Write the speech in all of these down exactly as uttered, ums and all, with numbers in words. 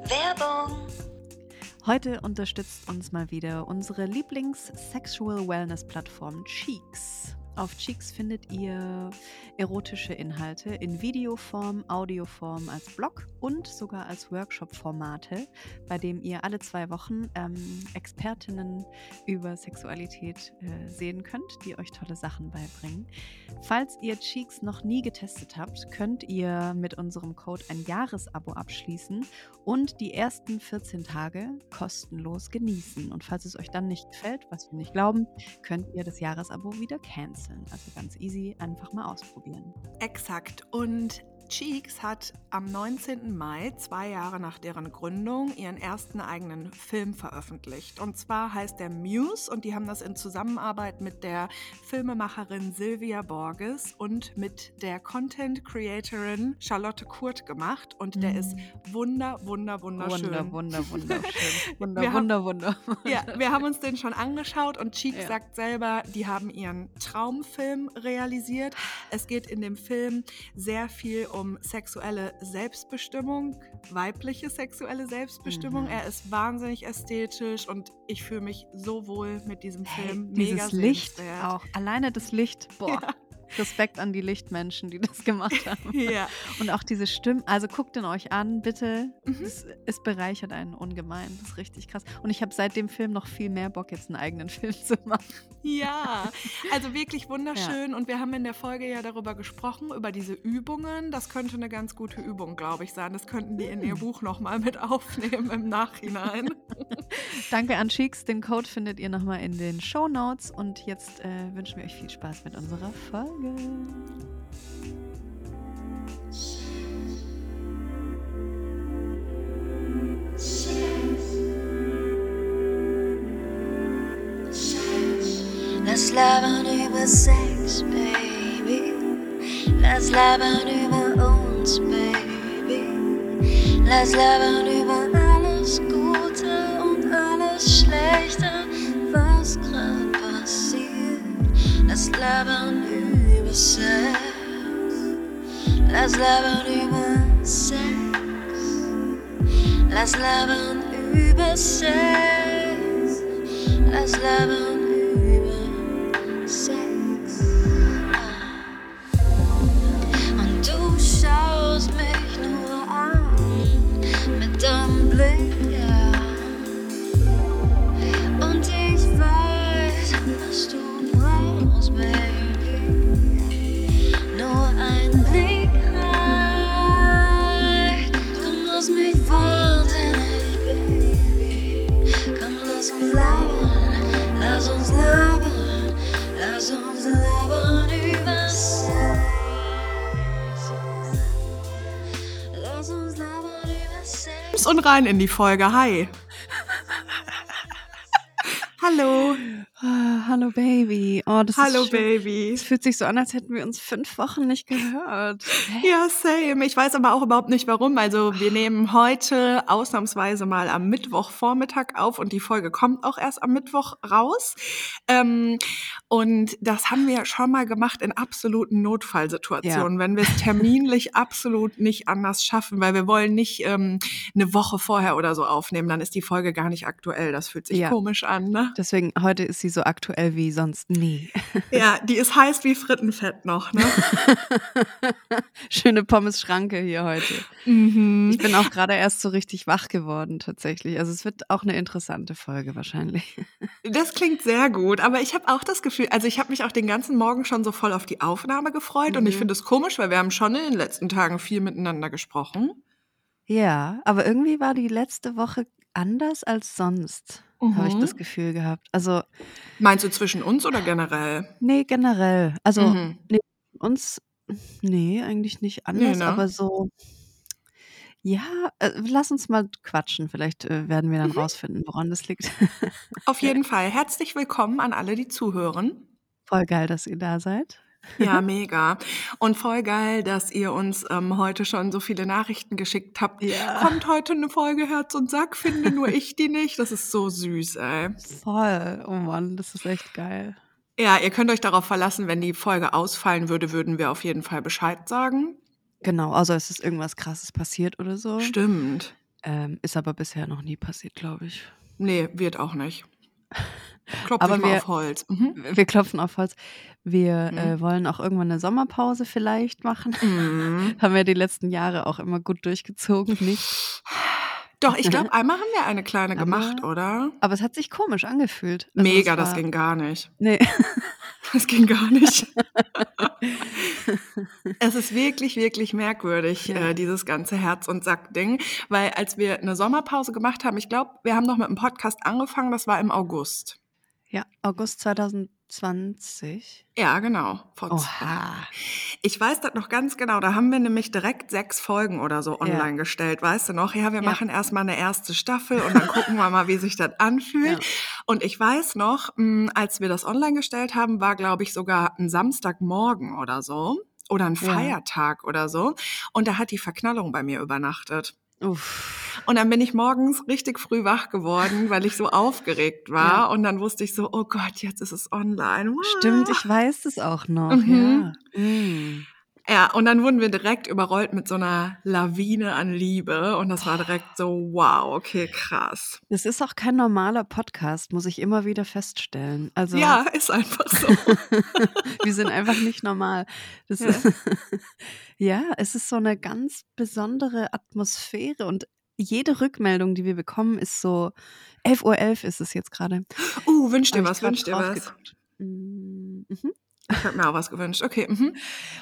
Werbung. Heute unterstützt uns mal wieder unsere Lieblings-Sexual-Wellness-Plattform Cheeks. Auf Cheeks findet ihr erotische Inhalte in Videoform, Audioform als Blog und sogar als Workshop-Formate, bei dem ihr alle zwei Wochen ähm, Expertinnen über Sexualität äh, sehen könnt, die euch tolle Sachen beibringen. Falls ihr Cheeks noch nie getestet habt, könnt ihr mit unserem Code ein Jahresabo abschließen und die ersten vierzehn Tage kostenlos genießen. Und falls es euch dann nicht gefällt, was wir nicht glauben, könnt ihr das Jahresabo wieder canceln. Also ganz easy, einfach mal ausprobieren. Exakt. Und Cheeks hat am neunzehnten Mai, zwei Jahre nach deren Gründung, ihren ersten eigenen Film veröffentlicht. Und zwar heißt der Muse und die haben das in Zusammenarbeit mit der Filmemacherin Sylvia Borges und mit der Content-Creatorin Charlotte Kurt gemacht. Und der Mhm. ist wunder, wunder, wunderschön. Wunder, wunder, wunderschön. Wunder, Wir haben- wunder, wunder. Ja, wir haben uns den schon angeschaut und Cheeks Ja. sagt selber, die haben ihren Traumfilm realisiert. Es geht in dem Film sehr viel um sexuelle Selbstbestimmung, weibliche sexuelle Selbstbestimmung. Mhm. Er ist wahnsinnig ästhetisch und ich fühle mich so wohl mit diesem Hey, Film. Mega dieses Licht sehenswert. auch. Alleine das Licht. Boah. Respekt an die Lichtmenschen, die das gemacht haben. Ja. Und auch diese Stimmen. Also guckt ihn euch an, bitte. Mhm. Es, es bereichert einen ungemein. Das ist richtig krass. Und ich habe seit dem Film noch viel mehr Bock, jetzt einen eigenen Film zu machen. Ja, also wirklich wunderschön. Und wir haben in der Folge ja darüber gesprochen, über diese Übungen. Das könnte eine ganz gute Übung, glaube ich, sein. Das könnten die in ihr Buch nochmal mit aufnehmen im Nachhinein. Danke an Cheeks. Den Code findet ihr nochmal in den Shownotes. Und jetzt äh, wünschen wir euch viel Spaß mit unserer Folge. Lass labern über Sex, Baby. Lass labern über uns, Baby. Lass labern über alles Gute und alles Schlechte, was grad passiert. Lass labern über Sex. Lass labern über Sex. Lass labern über Sex. Lass labern über Sex. Und du schaust mich nur an mit deinem Blick, ja. Und ich weiß, was du brauchst, Baby. Nur ein Blick reicht. Du machst mich wahnsinnig, Baby. Komm, lass uns labern, lass uns labern, lass uns labern über Sex. Lass uns labern über Sex. Und rein in die Folge. Hi. Hallo. Ah, hallo Baby. Oh, das Hallo, ist schön. Baby. Es fühlt sich so an, als hätten wir uns fünf Wochen nicht gehört. Hä? Ja, same. Ich weiß aber auch überhaupt nicht warum. Also wir nehmen heute ausnahmsweise mal am Mittwochvormittag auf und die Folge kommt auch erst am Mittwoch raus. Ähm, und das haben wir schon mal gemacht in absoluten Notfallsituationen, wenn wir es terminlich absolut nicht anders schaffen, weil wir wollen nicht ähm, eine Woche vorher oder so aufnehmen, dann ist die Folge gar nicht aktuell. Das fühlt sich Ja. komisch an, ne? Deswegen, heute ist sie so aktuell wie sonst nie. Ja, die ist heiß wie Frittenfett noch, ne? Schöne Pommes-Schranke hier heute. Mhm. Ich bin auch gerade erst so richtig wach geworden tatsächlich. Also es wird auch eine interessante Folge wahrscheinlich. Das klingt sehr gut, aber ich habe auch das Gefühl, also ich habe mich auch den ganzen Morgen schon so voll auf die Aufnahme gefreut und ich Mhm. finde es komisch, weil wir haben schon in den letzten Tagen viel miteinander gesprochen. Ja, aber irgendwie war die letzte Woche anders als sonst, habe ich Mhm. das Gefühl gehabt. Also, Meinst du zwischen uns oder generell? nee, generell. Also, Mhm. nee, uns, nee, eigentlich nicht anders, ne? aber so, ja, äh, lass uns mal quatschen. Vielleicht äh, werden wir dann Mhm. rausfinden, woran das liegt. Auf jeden Fall. Herzlich willkommen an alle, die zuhören. Voll geil, dass ihr da seid. Ja, mega. Und voll geil, dass ihr uns ähm, heute schon so viele Nachrichten geschickt habt. Ja. Kommt heute eine Folge Herz und Sack, finde nur ich die nicht. Das ist so süß, ey. Voll. Oh Mann, das ist echt geil. Ja, ihr könnt euch darauf verlassen, wenn die Folge ausfallen würde, würden wir auf jeden Fall Bescheid sagen. Genau, also es ist irgendwas Krasses passiert oder so. Stimmt. Ähm, ist aber bisher noch nie passiert, glaube ich. Nee, wird auch nicht. Klopfe Aber ich mal wir, auf Holz. Mhm. wir klopfen auf Holz. Wir Mhm. äh, wollen auch irgendwann eine Sommerpause vielleicht machen. Mhm. Haben wir die letzten Jahre auch immer gut durchgezogen, nicht? Doch, ich glaube, einmal haben wir eine kleine Haben wir? gemacht, oder? Aber es hat sich komisch angefühlt. Also Mega, es das war, ging gar nicht. nee. Das ging gar nicht. Es ist wirklich, wirklich merkwürdig, Ja. äh, dieses ganze Herz- und Sack-Ding. Weil als wir eine Sommerpause gemacht haben, ich glaube, wir haben noch mit dem Podcast angefangen, das war im August. Ja, August zwanzig zwanzig. Ja, genau. Vor zwei. Oha. Ich weiß das noch ganz genau. Da haben wir nämlich direkt sechs Folgen oder so online Ja. gestellt. Weißt du noch? Ja, wir Ja. machen erstmal eine erste Staffel und dann gucken wir mal, wie sich das anfühlt. Ja. Und ich weiß noch, mh, als wir das online gestellt haben, war, glaube ich, sogar ein Samstagmorgen oder so. Oder ein Ja. Feiertag oder so. Und da hat die Verknallung bei mir übernachtet. Uff. Und dann bin ich morgens richtig früh wach geworden, weil ich so aufgeregt war. Ja. Und dann wusste ich so, oh Gott, jetzt ist es online. Stimmt, Wow. ich weiß es auch noch, Mhm. ja. Mm. Ja, und dann wurden wir direkt überrollt mit so einer Lawine an Liebe. Und das war direkt so, wow, okay, krass. Das ist auch kein normaler Podcast, muss ich immer wieder feststellen. Also Ja, ist einfach so. wir sind einfach nicht normal. Das Ja. ist, ja, es ist so eine ganz besondere Atmosphäre und jede Rückmeldung, die wir bekommen, ist so, elf Uhr elf ist es jetzt gerade. Uh, wünsch dir Habe ich was, gerade wünsch dir drauf was. geguckt. Mm, mhm. Ich habe mir auch was gewünscht. Okay, mhm.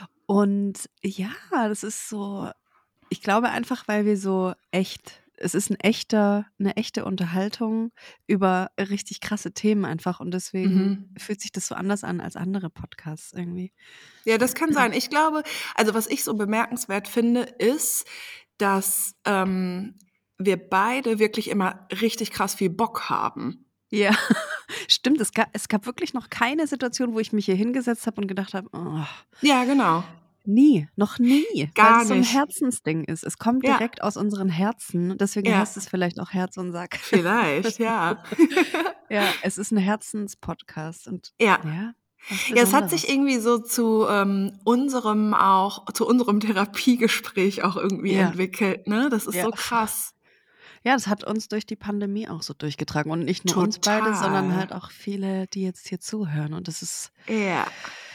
Und ja, das ist so, ich glaube einfach, weil wir so echt, es ist ein echter, eine echte Unterhaltung über richtig krasse Themen einfach und deswegen Mhm. fühlt sich das so anders an als andere Podcasts irgendwie. Ja, das kann sein. Ich glaube, also was ich so bemerkenswert finde, ist, dass ähm, wir beide wirklich immer richtig krass viel Bock haben. Ja, stimmt. Es gab, es gab wirklich noch keine Situation, wo ich mich hier hingesetzt habe und gedacht habe, oh, Ja, genau. nie, noch nie, Gar weil es so ein nicht. Herzensding ist. Es kommt Ja. direkt aus unseren Herzen, deswegen Ja. heißt es vielleicht auch Herz und Sack. Vielleicht, ja. Ja, es ist ein Herzenspodcast und Ja. ja, was Ja, es hat sich Besonderes. irgendwie so zu ähm, unserem auch, zu unserem Therapiegespräch auch irgendwie Ja. entwickelt, ne? Das ist Ja. so krass. Ja, das hat uns durch die Pandemie auch so durchgetragen und nicht nur uns beide, sondern Total. halt auch viele, die jetzt hier zuhören und das ist, Ja.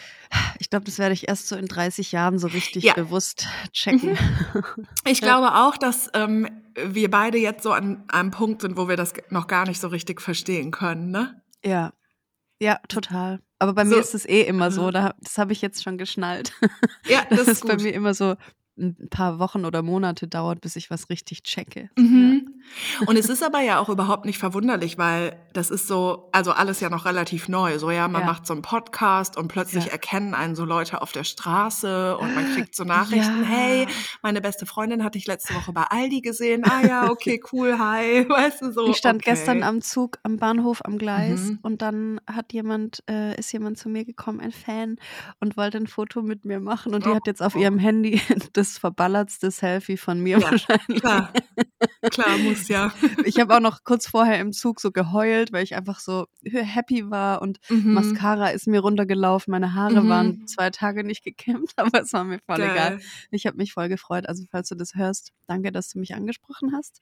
ich glaube, das werde ich erst so in dreißig Jahren so richtig Ja. bewusst checken. Mhm. Ich Ja. glaube auch, dass ähm, wir beide jetzt so an einem Punkt sind, wo wir das noch gar nicht so richtig verstehen können, ne? Ja, ja, total. Aber bei mir So, ist es eh immer so, äh, da, das habe ich jetzt schon geschnallt, ja, dass das ist es bei gut. mir immer so ein paar Wochen oder Monate dauert, bis ich was richtig checke. Ja. Mhm. Und es ist aber ja auch überhaupt nicht verwunderlich, weil das ist so, also alles ja noch relativ neu. So, ja, man Ja. macht so einen Podcast und plötzlich Ja. erkennen einen so Leute auf der Straße und man kriegt so Nachrichten, hey, Ja. meine beste Freundin hatte ich letzte Woche bei Aldi gesehen. Ah ja, okay, cool, hi. Weißt du, so, Ich stand gestern okay. am Zug am Bahnhof am Gleis Mhm. und dann hat jemand, äh, ist jemand zu mir gekommen, ein Fan, und wollte ein Foto mit mir machen und die hat jetzt auf Oh. ihrem Handy das verballertste Selfie von mir Ja, wahrscheinlich. klar. Klar, muss ja. Ich habe auch noch kurz vorher im Zug so geheult, weil ich einfach so happy war und Mhm. Mascara ist mir runtergelaufen, meine Haare waren Mhm. zwei Tage nicht gekämmt, aber es war mir voll egal. Geil. Ich habe mich voll gefreut. Also falls du das hörst, danke, dass du mich angesprochen hast.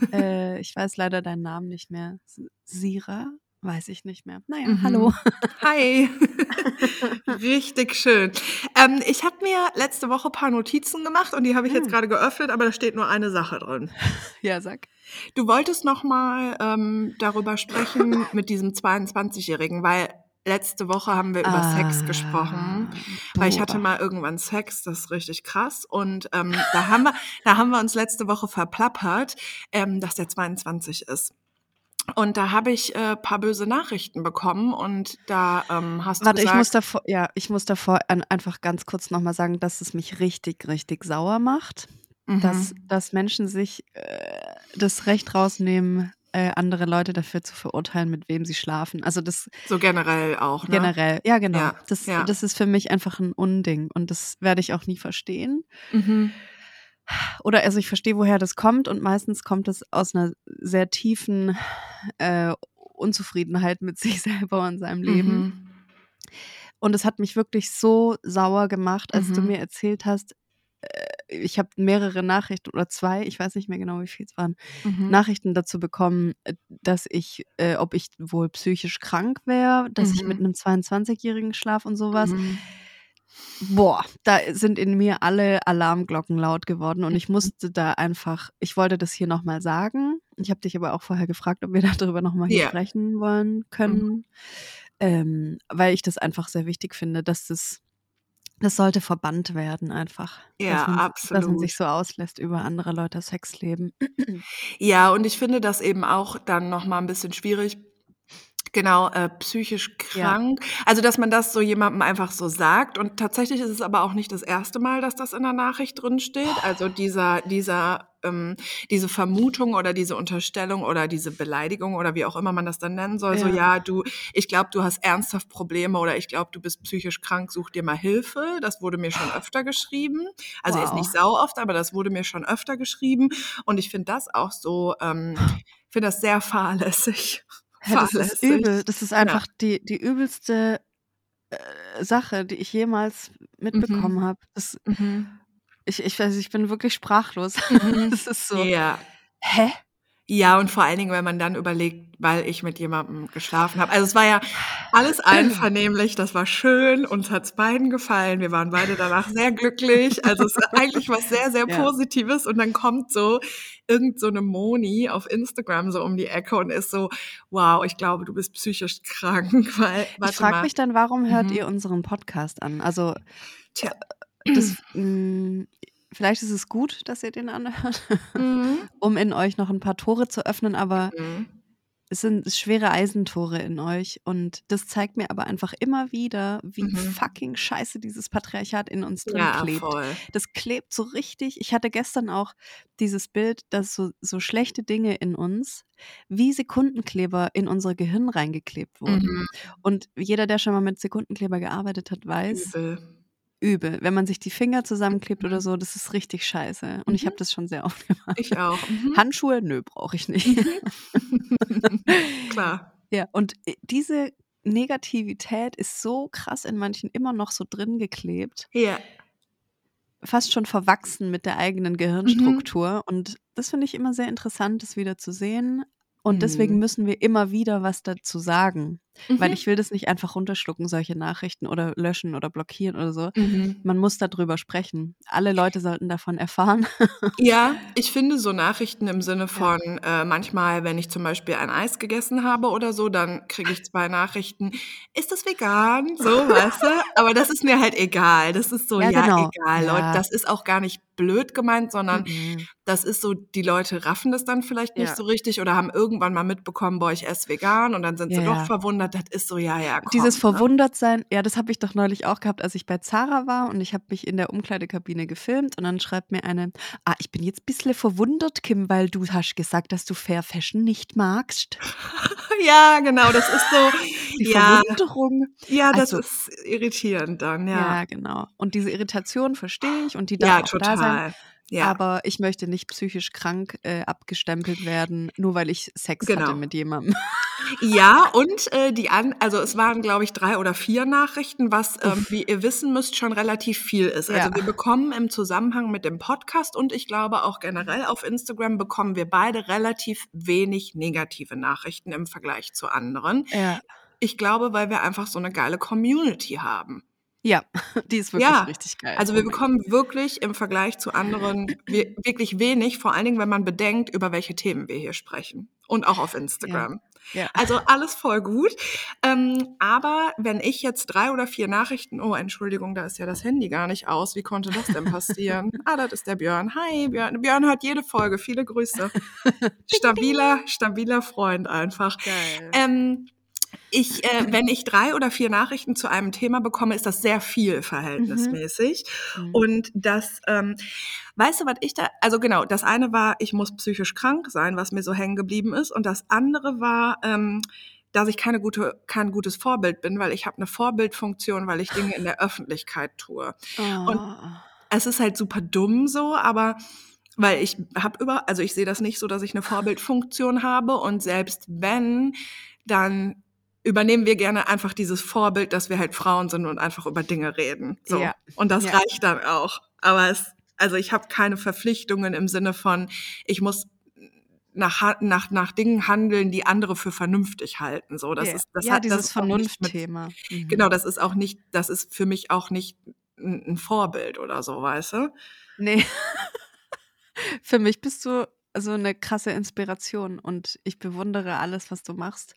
Äh, ich weiß leider deinen Namen nicht mehr. S- Sira? Weiß ich nicht mehr. Naja, hallo. Mhm. Hi. Richtig schön. Ähm, ich habe mir letzte Woche ein paar Notizen gemacht und die habe ich jetzt Hm. gerade geöffnet, aber da steht nur eine Sache drin. Ja, sag. Du wolltest noch mal ähm, darüber sprechen mit diesem zweiundzwanzigjährigen, weil letzte Woche haben wir über Sex gesprochen, Ah, weil ich hatte boah. mal irgendwann Sex, das ist richtig krass. Und ähm, da haben wir, da haben wir uns letzte Woche verplappert, ähm, dass der zweiundzwanzig ist. Und da habe ich ein äh, paar böse Nachrichten bekommen und da ähm, hast du Warte, ich muss gesagt, davor, ja, ich muss davor an, einfach ganz kurz nochmal sagen, dass es mich richtig, richtig sauer macht, dass, mhm, dass Menschen sich äh, das Recht rausnehmen, äh, andere Leute dafür zu verurteilen, mit wem sie schlafen. Also das so generell auch, ne? generell, ja genau, Ja, das, ja. das ist für mich einfach ein Unding und das werde ich auch nie verstehen. Mhm. Oder also ich verstehe, woher das kommt und meistens kommt es aus einer sehr tiefen äh, Unzufriedenheit mit sich selber und seinem Leben. Mhm. Und es hat mich wirklich so sauer gemacht, als du Mhm. mir erzählt hast, ich habe mehrere Nachrichten oder zwei, ich weiß nicht mehr genau, wie viel es waren, Mhm. Nachrichten dazu bekommen, äh, dass ich, äh, ob ich wohl psychisch krank wäre, dass ich mit Mhm. einem zweiundzwanzigjährigen schlaf und sowas. Mhm. Boah, da sind in mir alle Alarmglocken laut geworden und ich musste da einfach, ich wollte das hier nochmal sagen. Ich habe dich aber auch vorher gefragt, ob wir darüber nochmal hier Ja. sprechen wollen Mhm. können, ähm, weil ich das einfach sehr wichtig finde, dass das, das sollte verbannt werden einfach, dass Ja, man, dass man sich absolut. so auslässt über andere Leute Sexleben. Ja, und ich finde das eben auch dann noch mal ein bisschen schwierig. Genau, äh, psychisch Ja, krank. Also, dass man das so jemandem einfach so sagt. Und tatsächlich ist es aber auch nicht das erste Mal, dass das in der Nachricht drin steht. Also dieser dieser ähm, diese Vermutung oder diese Unterstellung oder diese Beleidigung oder wie auch immer man das dann nennen soll, so: ja, „Ja, du ich glaube, du hast ernsthaft Probleme“ oder „Ich glaube, du bist psychisch krank, such dir mal Hilfe.“ Das wurde mir schon öfter geschrieben. Also, jetzt nicht wow. sau oft, aber das wurde mir schon öfter geschrieben. Und ich finde das auch so ähm, finde das sehr fahrlässig. Ja, das ist Fahrlässig. übel. Das ist Ja. einfach die, die übelste äh, Sache, die ich jemals mitbekommen Mhm. habe. Das, Mhm. ich, ich weiß, ich bin wirklich sprachlos. Mhm. Das ist so, Ja. hä? Ja, und vor allen Dingen, wenn man dann überlegt, weil ich mit jemandem geschlafen habe. Also, es war ja alles einvernehmlich, das war schön, uns hat's beiden gefallen. Wir waren beide danach sehr glücklich. Also, es ist eigentlich was sehr, sehr Ja. Positives und dann kommt so irgend so 'ne Moni auf Instagram so um die Ecke und ist so: „Wow, ich glaube, du bist psychisch krank“, weil Ich warte frage mal. mich dann, warum hört Mhm. ihr unseren Podcast an? Also, Tja. das, hm, vielleicht ist es gut, dass ihr den anhört, Mhm. um in euch noch ein paar Tore zu öffnen, aber Mhm. es sind schwere Eisentore in euch und das zeigt mir aber einfach immer wieder, wie Mhm. fucking scheiße dieses Patriarchat in uns drin Ja, klebt. voll. Das klebt so richtig. Ich hatte gestern auch dieses Bild, dass so, so schlechte Dinge in uns wie Sekundenkleber in unser Gehirn reingeklebt wurden. Mhm. Und jeder, der schon mal mit Sekundenkleber gearbeitet hat, weiß, Übel. übel. Wenn man sich die Finger zusammenklebt oder Mhm. so, das ist richtig scheiße. Und ich habe Mhm. das schon sehr oft gemacht. Ich auch. Mhm. Handschuhe? Nö, brauche ich nicht. Mhm. Klar. Ja, und äh, diese Negativität ist so krass in manchen immer noch so drin geklebt, Ja. fast schon verwachsen mit der eigenen Mhm. Gehirnstruktur. Und das finde ich immer sehr interessant, das wieder zu sehen. Und deswegen Mhm. müssen wir immer wieder was dazu sagen. Weil Mhm. ich will das nicht einfach runterschlucken, solche Nachrichten oder löschen oder blockieren oder so. Mhm. Man muss darüber sprechen. Alle Leute sollten davon erfahren. Ja, ich finde so Nachrichten im Sinne Ja. von, äh, manchmal, wenn ich zum Beispiel ein Eis gegessen habe oder so, dann kriege ich zwei Nachrichten: „Ist das vegan?“ So, weißt du? Aber das ist mir halt egal. Das ist so, Ja, ja, genau. egal, Leute. Ja. Das ist auch gar nicht blöd gemeint, sondern Mhm. das ist so, die Leute raffen das dann vielleicht nicht Ja. so richtig oder haben irgendwann mal mitbekommen: „Boah, ich esse vegan“ und dann sind Ja, sie doch ja. verwundert. Das ist so, ja, ja, Dieses komm, ne? Verwundertsein, ja, das habe ich doch neulich auch gehabt, als ich bei Zara war und ich habe mich in der Umkleidekabine gefilmt und dann schreibt mir eine: „Ah, ich bin jetzt bissle verwundert, Kim, weil du hast gesagt, dass du Fair Fashion nicht magst.“ Ja, genau, das ist so, Die ja, Verwunderung. ja, das Also, ist irritierend dann, ja. ja, genau. Und diese Irritation verstehe ich und die darf Ja, auch da sein, total. Ja, aber ich möchte nicht psychisch krank, äh, abgestempelt werden, nur weil ich Sex hatte genau. mit jemandem. Ja, und, äh, die an also, es waren, glaube ich, drei oder vier Nachrichten, was, ähm, Uff. wie ihr wissen müsst, schon relativ viel ist. Ja. Also, wir bekommen im Zusammenhang mit dem Podcast und ich glaube auch generell auf Instagram bekommen wir beide relativ wenig negative Nachrichten im Vergleich zu anderen. Ja. Ich glaube, weil wir einfach so 'ne geile Community haben. Ja, die ist wirklich Ja, richtig geil. also Oh wir mein Gott. bekommen wirklich im Vergleich zu anderen wir wirklich wenig, vor allen Dingen, wenn man bedenkt, über welche Themen wir hier sprechen und auch auf Ja. Instagram. Ja. Also alles voll gut. Ähm, aber wenn ich jetzt drei oder vier Nachrichten oh, Entschuldigung, da ist ja das Handy gar nicht aus. Wie konnte das denn passieren? Ah, das ist der Björn. Hi, Björn. Björn hört jede Folge. Viele Grüße. Stabiler, stabiler Freund einfach. Geil. Ähm, ich, äh, wenn ich drei oder vier Nachrichten zu einem Thema bekomme, ist das sehr viel Mhm. verhältnismäßig. Mhm. Und das, ähm, weißt du, was ich da, also genau, das eine war, ich muss psychisch krank sein, was mir so hängen geblieben ist. Und das andere war, ähm, dass ich keine gute, kein gutes Vorbild bin, weil ich habe eine Vorbildfunktion, weil ich Dinge in der Öffentlichkeit tue. Und Oh. es ist halt super dumm so, aber weil ich habe über, also ich sehe das nicht so, dass ich eine Vorbildfunktion habe und selbst wenn, dann übernehmen wir gerne einfach dieses Vorbild, dass wir halt Frauen sind und einfach über Dinge reden. So. Ja. Und das Ja. reicht dann auch. Aber es, Also ich habe keine Verpflichtungen im Sinne von, ich muss nach, Ha- nach, nach Dingen handeln, die andere für vernünftig halten. So, das Ja, ist, das ja, hat, das dieses ist auch nicht mit, Vernunftthema. genau, Mhm. das ist auch nicht, das ist für mich auch nicht ein, ein Vorbild oder so, weißt du? Nee, für mich bist du so eine krasse Inspiration und ich bewundere alles, was du machst.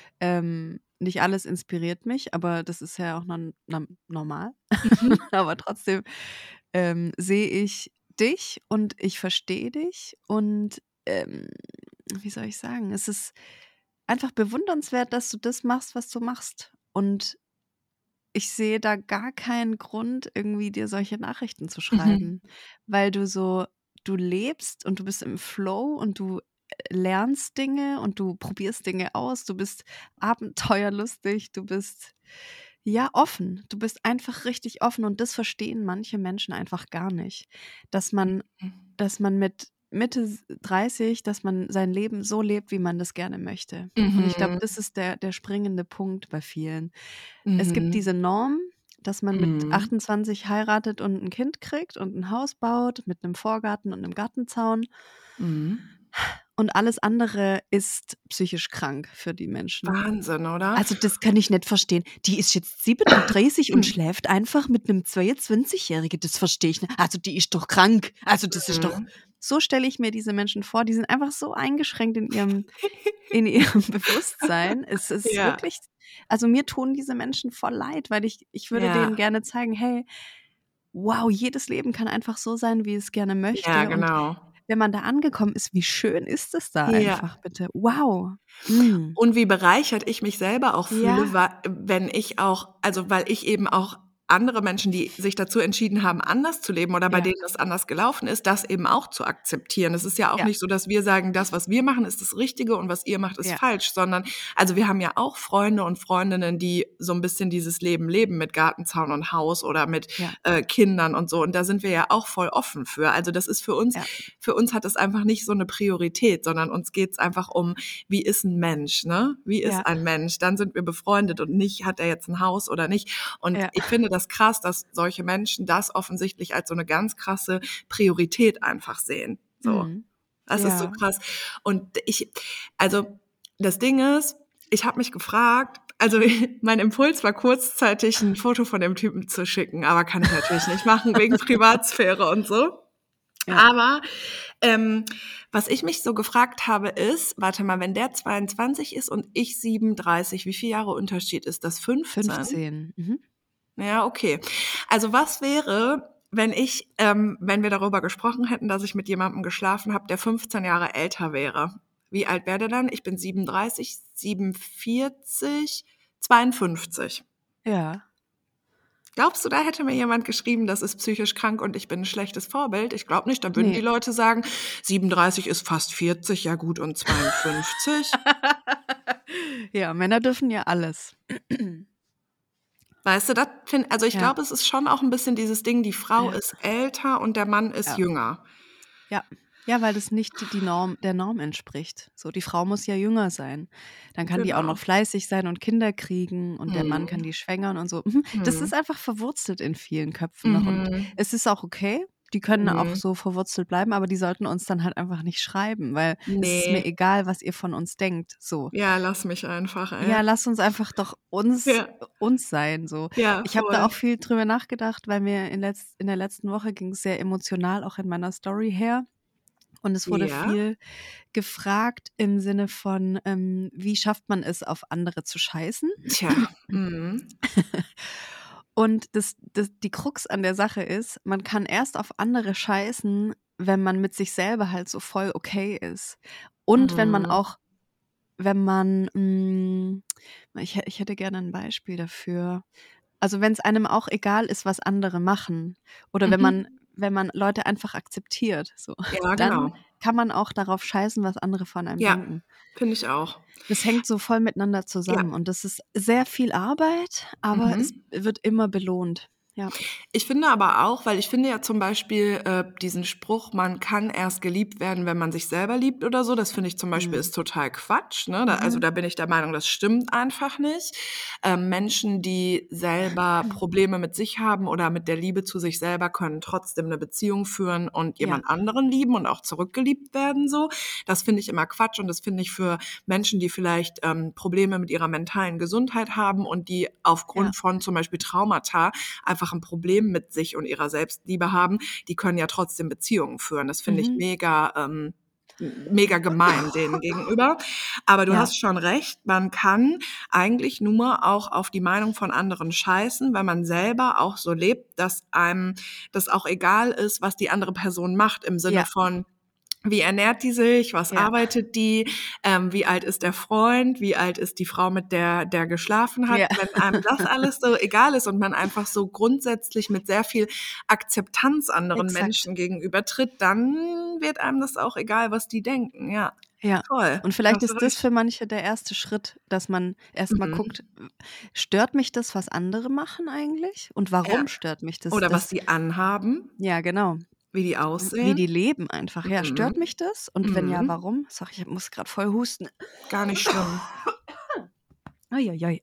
Ähm, nicht alles inspiriert mich, aber das ist ja auch non nam normal. Mhm. Aber trotzdem, ähm, sehe ich dich und ich verstehe dich und, ähm, wie soll ich sagen? Es ist einfach bewundernswert, dass du das machst, was du machst. Und ich sehe da gar keinen Grund, irgendwie dir solche Nachrichten zu Mhm. schreiben, weil du so du lebst und du bist im Flow und du, äh, lernst Dinge und du probierst Dinge aus. Du bist abenteuerlustig, du bist, ja, offen. Du bist einfach richtig offen und das verstehen manche Menschen einfach gar nicht, dass man dass man mit Mitte s dreißig, dass man sein Leben so lebt, wie man das gerne möchte. Und ich glaube, Mhm. das ist der der springende Punkt bei vielen. Es gibt Mhm. diese Norm, dass man mit Mhm. achtundzwanzig heiratet und ein Kind kriegt und ein Haus baut mit einem Vorgarten und 'nem Gartenzaun Mhm. und alles andere ist psychisch krank für die Menschen. Wahnsinn, oder? Also, das kann ich nicht verstehen. Die ist jetzt siebenunddreißig und schläft einfach mit 'nem zweiundzwanzigjährigen. Das verstehe ich nicht. Also, die ist doch krank. Also, das ist doch Mhm. so stelle ich mir diese Menschen vor. Die sind einfach so eingeschränkt in ihrem in ihrem Bewusstsein. Es ist Ja, wirklich also, mir tun diese Menschen voll leid, weil ich ich würde denen ja, gerne zeigen: „Hey, wow, jedes Leben kann einfach so sein, wie es gerne ja, möchte.“ Und genau. wenn man da angekommen ist, wie schön ist es da Ja. einfach bitte? Wow. Mhm. Und wie bereichert ich mich selber auch fühle, Ja, wa wenn ich auch also, weil ich eben auch andere Menschen, die sich dazu entschieden haben, anders zu leben oder bei ja, denen es anders gelaufen ist, das eben auch zu akzeptieren. Es ist ja auch ja, nicht so, dass wir sagen, das, was wir machen, ist das Richtige und was ihr macht, ist ja, falsch, sondern also, wir haben ja auch Freunde und Freundinnen, die so 'n bisschen dieses Leben leben mit Gartenzaun und Haus oder mit, ja, äh, Kindern und so. Und da sind wir ja auch voll offen für. Also, das ist für uns ja, für uns hat es einfach nicht so 'ne Priorität, sondern uns geht's einfach um, wie ist 'n Mensch, ne? Wie ist ja, ein Mensch? Dann sind wir befreundet und nicht, hat er jetzt 'n Haus oder nicht. Und ja. ich finde das krass, dass solche Menschen das offensichtlich als so 'ne ganz krasse Priorität einfach sehen, so. Mhm. Das ist so Ja. krass. Und ich also, das Ding ist, ich habe mich gefragt also, mein Impuls war kurzzeitig 'n Foto von dem Typen zu schicken, aber kann ich natürlich nicht machen wegen Privatsphäre und so. Ja, Aber, ähm, was ich mich so gefragt habe, ist, warte mal, wenn der zweiundzwanzig ist und ich siebenunddreißig, wie viele Jahre Unterschied ist das? fünfzehn? fünfzehn. Mhm. Ja, okay. Also, was wäre, wenn ich ähm, wenn wir darüber gesprochen hätten, dass ich mit jemandem geschlafen habe, der fünfzehn Jahre älter wäre? Wie alt wäre der dann? Ich bin siebenunddreißig, siebenundvierzig, zweiundfünfzig. Ja. Glaubst du, da hätte mir jemand geschrieben, das ist psychisch krank und ich bin 'n schlechtes Vorbild? Ich glaube nicht, dann würden die Ne. Leute sagen: „siebenunddreißig ist fast vierzig, ja gut, und zweiundfünfzig?“ Ja, Männer dürfen ja alles. Weißt du, das finde also, ich Ja, glaube, es ist schon auch 'n bisschen dieses Ding, die Frau ja, ist älter und der Mann ist ja, jünger. ja. Ja, weil das nicht die die Norm der Norm entspricht. So, die Frau muss ja jünger sein. Dann kann die auch noch Genau. fleißig sein und Kinder kriegen und der Mann kann Mhm. die schwängern und so. Mhm. Das ist Mhm. einfach verwurzelt in vielen Köpfen noch und Mhm. es ist auch okay. Die können auch Mhm. so verwurzelt bleiben, aber die sollten uns dann halt einfach nicht schreiben, weil es ist mir Ne. egal, was ihr von uns denkt, so. Ja, lass mich einfach, Ja, ey. lass uns einfach doch uns Ja. uns sein, so. Ja, Ich habe da voll. auch viel drüber nachgedacht, weil mir in letz in der letzten Woche ging's sehr emotional auch in meiner Story her. Und es wurde Ja. viel gefragt im Sinne von, ähm, wie schafft man es, auf andere zu scheißen? Tja. Mhm. Und das das die Krux an der Sache ist, man kann erst auf andere scheißen, wenn man mit sich selber halt so voll okay ist. Und wenn man Mhm. auch wenn man, hm ich hä ich hätte gerne 'n Beispiel dafür. Also, wenn's einem auch egal ist, was andere machen oder wenn man Mhm. wenn man Leute einfach akzeptiert, so, Ja, dann genau. kann man auch darauf scheißen, was andere von einem Ja, denken. finde ich auch. Das hängt so voll miteinander Ja. zusammen und das ist sehr viel Arbeit, aber es Mhm. wird immer belohnt. Ja. Ich finde aber auch, weil ich finde ja zum Beispiel äh, diesen Spruch, man kann erst geliebt werden, wenn man sich selber liebt oder so, das finde ich zum Beispiel Mhm. ist total Quatsch. Ne? Da, also Mhm. da bin ich der Meinung, das stimmt einfach nicht. Ähm, Menschen, die selber Probleme mit sich haben oder mit der Liebe zu sich selber, können trotzdem eine Beziehung führen und Ja. jemand anderen lieben und auch zurückgeliebt werden. So, das finde ich immer Quatsch und das finde ich für Menschen, die vielleicht ähm, Probleme mit ihrer mentalen Gesundheit haben und die aufgrund Ja. von zum Beispiel Traumata einfach ein Problem mit sich und ihrer Selbstliebe haben, die können ja trotzdem Beziehungen führen. Das finde ich Mhm. mega, ähm, mega gemein denen gegenüber. Aber du Ja. hast schon recht, man kann eigentlich nur auch auf die Meinung von anderen scheißen, weil man selber auch so lebt, dass einem das auch egal ist, was die andere Person macht, im Sinne Ja. von, wie ernährt die sich? Was Ja. arbeitet die? Ähm, wie alt ist der Freund? Wie alt ist die Frau, mit der der geschlafen hat? Ja. Wenn einem das alles so egal ist und man einfach so grundsätzlich mit sehr viel Akzeptanz anderen Exakt. Menschen gegenübertritt, dann wird einem das auch egal, was die denken. Ja, Ja. toll. Und vielleicht Hast du ist das recht. für manche der erste Schritt, dass man erstmal Mhm. guckt, stört mich das, was andere machen eigentlich? Und warum Ja. stört mich das? Oder was das die anhaben, ja, genau. wie die Wie aussehen. die leben einfach. Ja, stört Mhm. mich das? Und wenn ja, Mhm. warum? Sorry, ich muss gerade voll husten. Gar nicht schlimm. Uiuiui.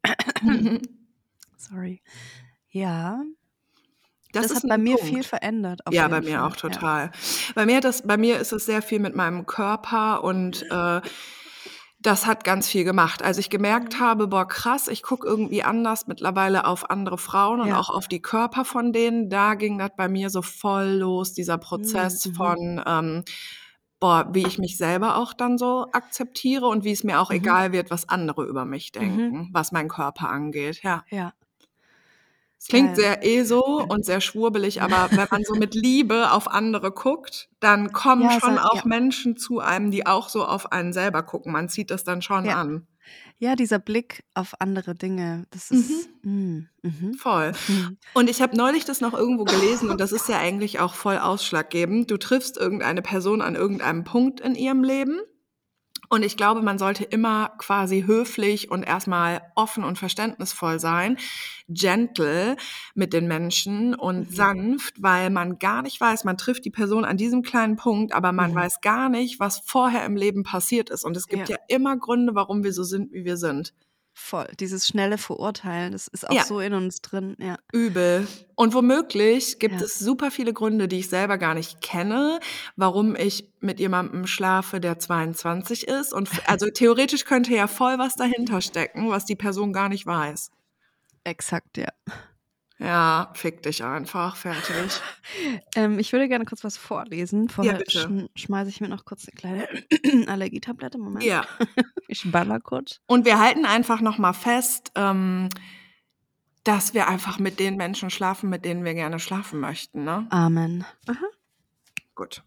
Sorry. Ja, Das das ist hat bei ein mir Punkt. viel verändert, auf Ja, bei jeden mir Fall. auch Ja. total. Bei mir hat das bei mir ist es sehr viel mit meinem Körper und, äh, das hat ganz viel gemacht. Als ich gemerkt Mhm. habe: „Boah, krass, ich gucke irgendwie anders mittlerweile auf andere Frauen und Ja. auch auf die Körper von denen“, da ging das bei mir so voll los, dieser Mhm. Prozess Mhm. von, ähm, boah, wie ich mich selber auch dann so akzeptiere und wie es mir auch Mhm. egal wird, was andere über mich Mhm. denken, was meinen Körper angeht, ja. Ja. Es klingt Geil. sehr ESO und sehr schwurbelig, aber wenn man so mit Liebe auf andere guckt, dann kommen Ja, schon sa auch ja. Menschen zu einem, die auch so auf einen selber gucken. Man zieht das dann schon Ja. an. Ja, dieser Blick auf andere Dinge, das Mhm. ist mhm. Mhm. Voll. Und ich habe neulich das noch irgendwo gelesen und das ist ja eigentlich auch voll ausschlaggebend. Du triffst irgendeine Person an irgendeinem Punkt in ihrem Leben und ich glaube, man sollte immer quasi höflich und erstmal offen und verständnisvoll sein, gentle mit den Menschen und Mhm. sanft, weil man gar nicht weiß, man trifft die Person an diesem kleinen Punkt, aber man Mhm. weiß gar nicht, was vorher im Leben passiert ist. Und es gibt Ja. ja immer Gründe, warum wir so sind, wie wir sind. Voll. Dieses schnelle Verurteilen, das ist auch Ja. so in uns drin, ja. Übel. Und womöglich gibt Ja. es super viele Gründe, die ich selber gar nicht kenne, warum ich mit jemandem schlafe, der zweiundzwanzig ist. Und f also theoretisch könnte ja voll was dahinter stecken, was die Person gar nicht weiß. Exakt, ja. Ja, fick dich einfach, fertig. Ähm, ich würde gerne kurz was vorlesen. Ja, Vorher bitte. schn schmeiße ich mir noch kurz 'ne kleine Allergietablette. Moment. Ja. Ich baller kurz. Und wir halten einfach noch mal fest, ähm, dass wir einfach mit den Menschen schlafen, mit denen wir gerne schlafen möchten, ne? Amen. Aha. Gut.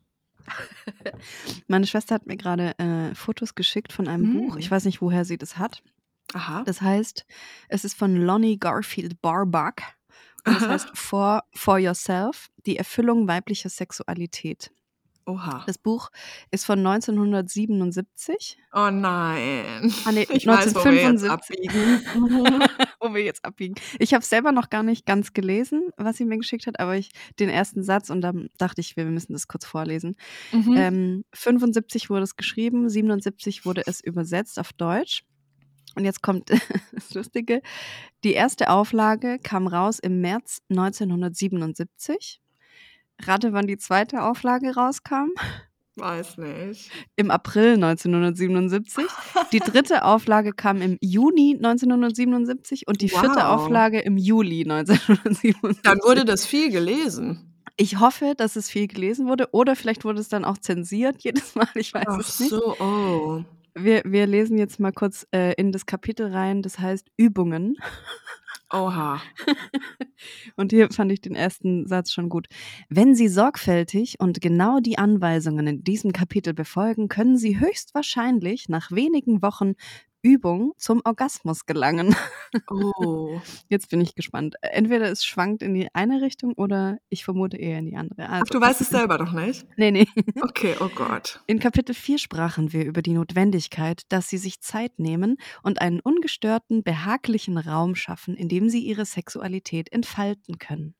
Meine Schwester hat mir grade, äh, Fotos geschickt von einem Buch. Ich Mhm. weiß nicht, woher sie das hat. Aha. Das heißt, es ist von Lonnie Garfield Barbuck und es heißt Aha. „For For Yourself: Die Erfüllung weiblicher Sexualität“. Oha. Das Buch ist von neunzehnhundertsiebenundsiebzig. Oh nein. Ah, ne, Ich weiß, wo wir jetzt neunzehnhundertfünfundsiebzig. abbiegen. Wo wir jetzt abbiegen. Ich habe es selber noch gar nicht ganz gelesen, was sie mir geschickt hat, aber ich den ersten Satz und dann dachte ich, wir müssen das kurz vorlesen. Mhm. Ähm, fünfundsiebzig wurde es geschrieben, siebenundsiebzig wurde es übersetzt auf Deutsch. Und jetzt kommt das Lustige. Die erste Auflage kam raus im März neunzehnhundertsiebenundsiebzig. Rate, wann die zweite Auflage rauskam? Weiß nicht. Im April neunzehnhundertsiebenundsiebzig. Die dritte Auflage kam im Juni neunzehnhundertsiebenundsiebzig und die vierte Wow. Auflage im Juli neunzehnhundertsiebenundsiebzig. Dann wurde das viel gelesen. Ich hoffe, dass es viel gelesen wurde oder vielleicht wurde es dann auch zensiert jedes Mal, ich weiß Ach es nicht. so, oh. Wir wir lesen jetzt mal kurz, äh, in das Kapitel rein, das heißt Übungen. Oha. Und hier fand ich den ersten Satz schon gut. Wenn Sie sorgfältig und genau die Anweisungen in diesem Kapitel befolgen, können Sie höchstwahrscheinlich nach wenigen Wochen Übung zum Orgasmus gelangen. Oh. Jetzt bin ich gespannt. Entweder es schwankt in die eine Richtung oder ich vermute eher in die andere. Ach, Also du weißt es selber noch nicht? Ne, ne. Okay, oh Gott. In Kapitel vier sprachen wir über die Notwendigkeit, dass Sie sich Zeit nehmen und einen ungestörten, behaglichen Raum schaffen, in dem Sie Ihre Sexualität entfalten können.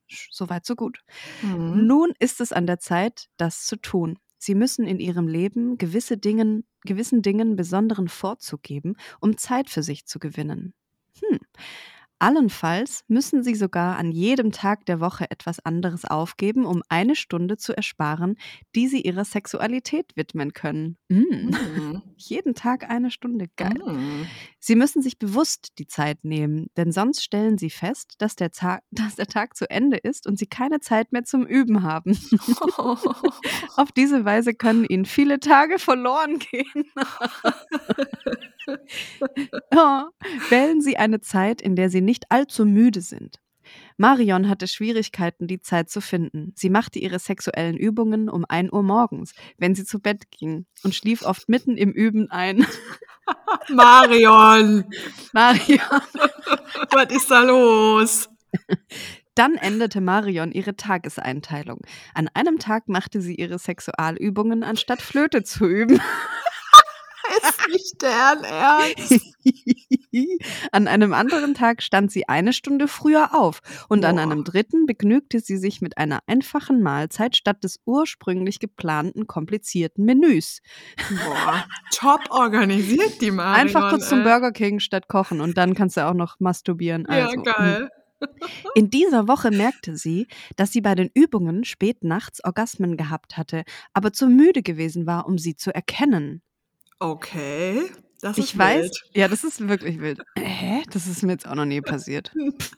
Soweit, so gut. Mhm. Nun ist es an der Zeit, das zu tun. Sie müssen in ihrem Leben gewisse Dingen, gewissen Dingen besonderen Vorzug geben, um Zeit für sich zu gewinnen. Hm. Allenfalls müssen Sie sogar an jedem Tag der Woche etwas anderes aufgeben, um eine Stunde zu ersparen, die Sie Ihrer Sexualität widmen können. Mm. Mhm. Jeden Tag eine Stunde, geil. Mhm. Sie müssen sich bewusst die Zeit nehmen, denn sonst stellen Sie fest, dass der, Tag, dass der Tag zu Ende ist und Sie keine Zeit mehr zum Üben haben. Auf diese Weise können Ihnen viele Tage verloren gehen. Oh, wählen Sie eine Zeit, in der Sie nicht allzu müde sind. Marion hatte Schwierigkeiten, die Zeit zu finden. Sie machte ihre sexuellen Übungen um ein Uhr morgens, wenn sie zu Bett ging, und schlief oft mitten im Üben ein. Marion, Marion. was ist da los? Dann änderte Marion ihre Tageseinteilung. An einem Tag machte sie ihre Sexualübungen, anstatt Flöte zu üben. Ist nicht deren Ernst. An einem anderen Tag stand sie eine Stunde früher auf und an Boah. einem dritten begnügte sie sich mit einer einfachen Mahlzeit statt des ursprünglich geplanten komplizierten Menüs. Boah, top organisiert die Marion. Einfach kurz zum ey. Burger King statt kochen und dann kannst du auch noch masturbieren. Ja, Also, geil. in dieser Woche merkte sie, dass sie bei den Übungen spät nachts Orgasmen gehabt hatte, aber zu müde gewesen war, um sie zu erkennen. Okay, das ist Ich weiß, wild. ja, das ist wirklich wild. Hä? Das ist mir jetzt auch noch nie passiert.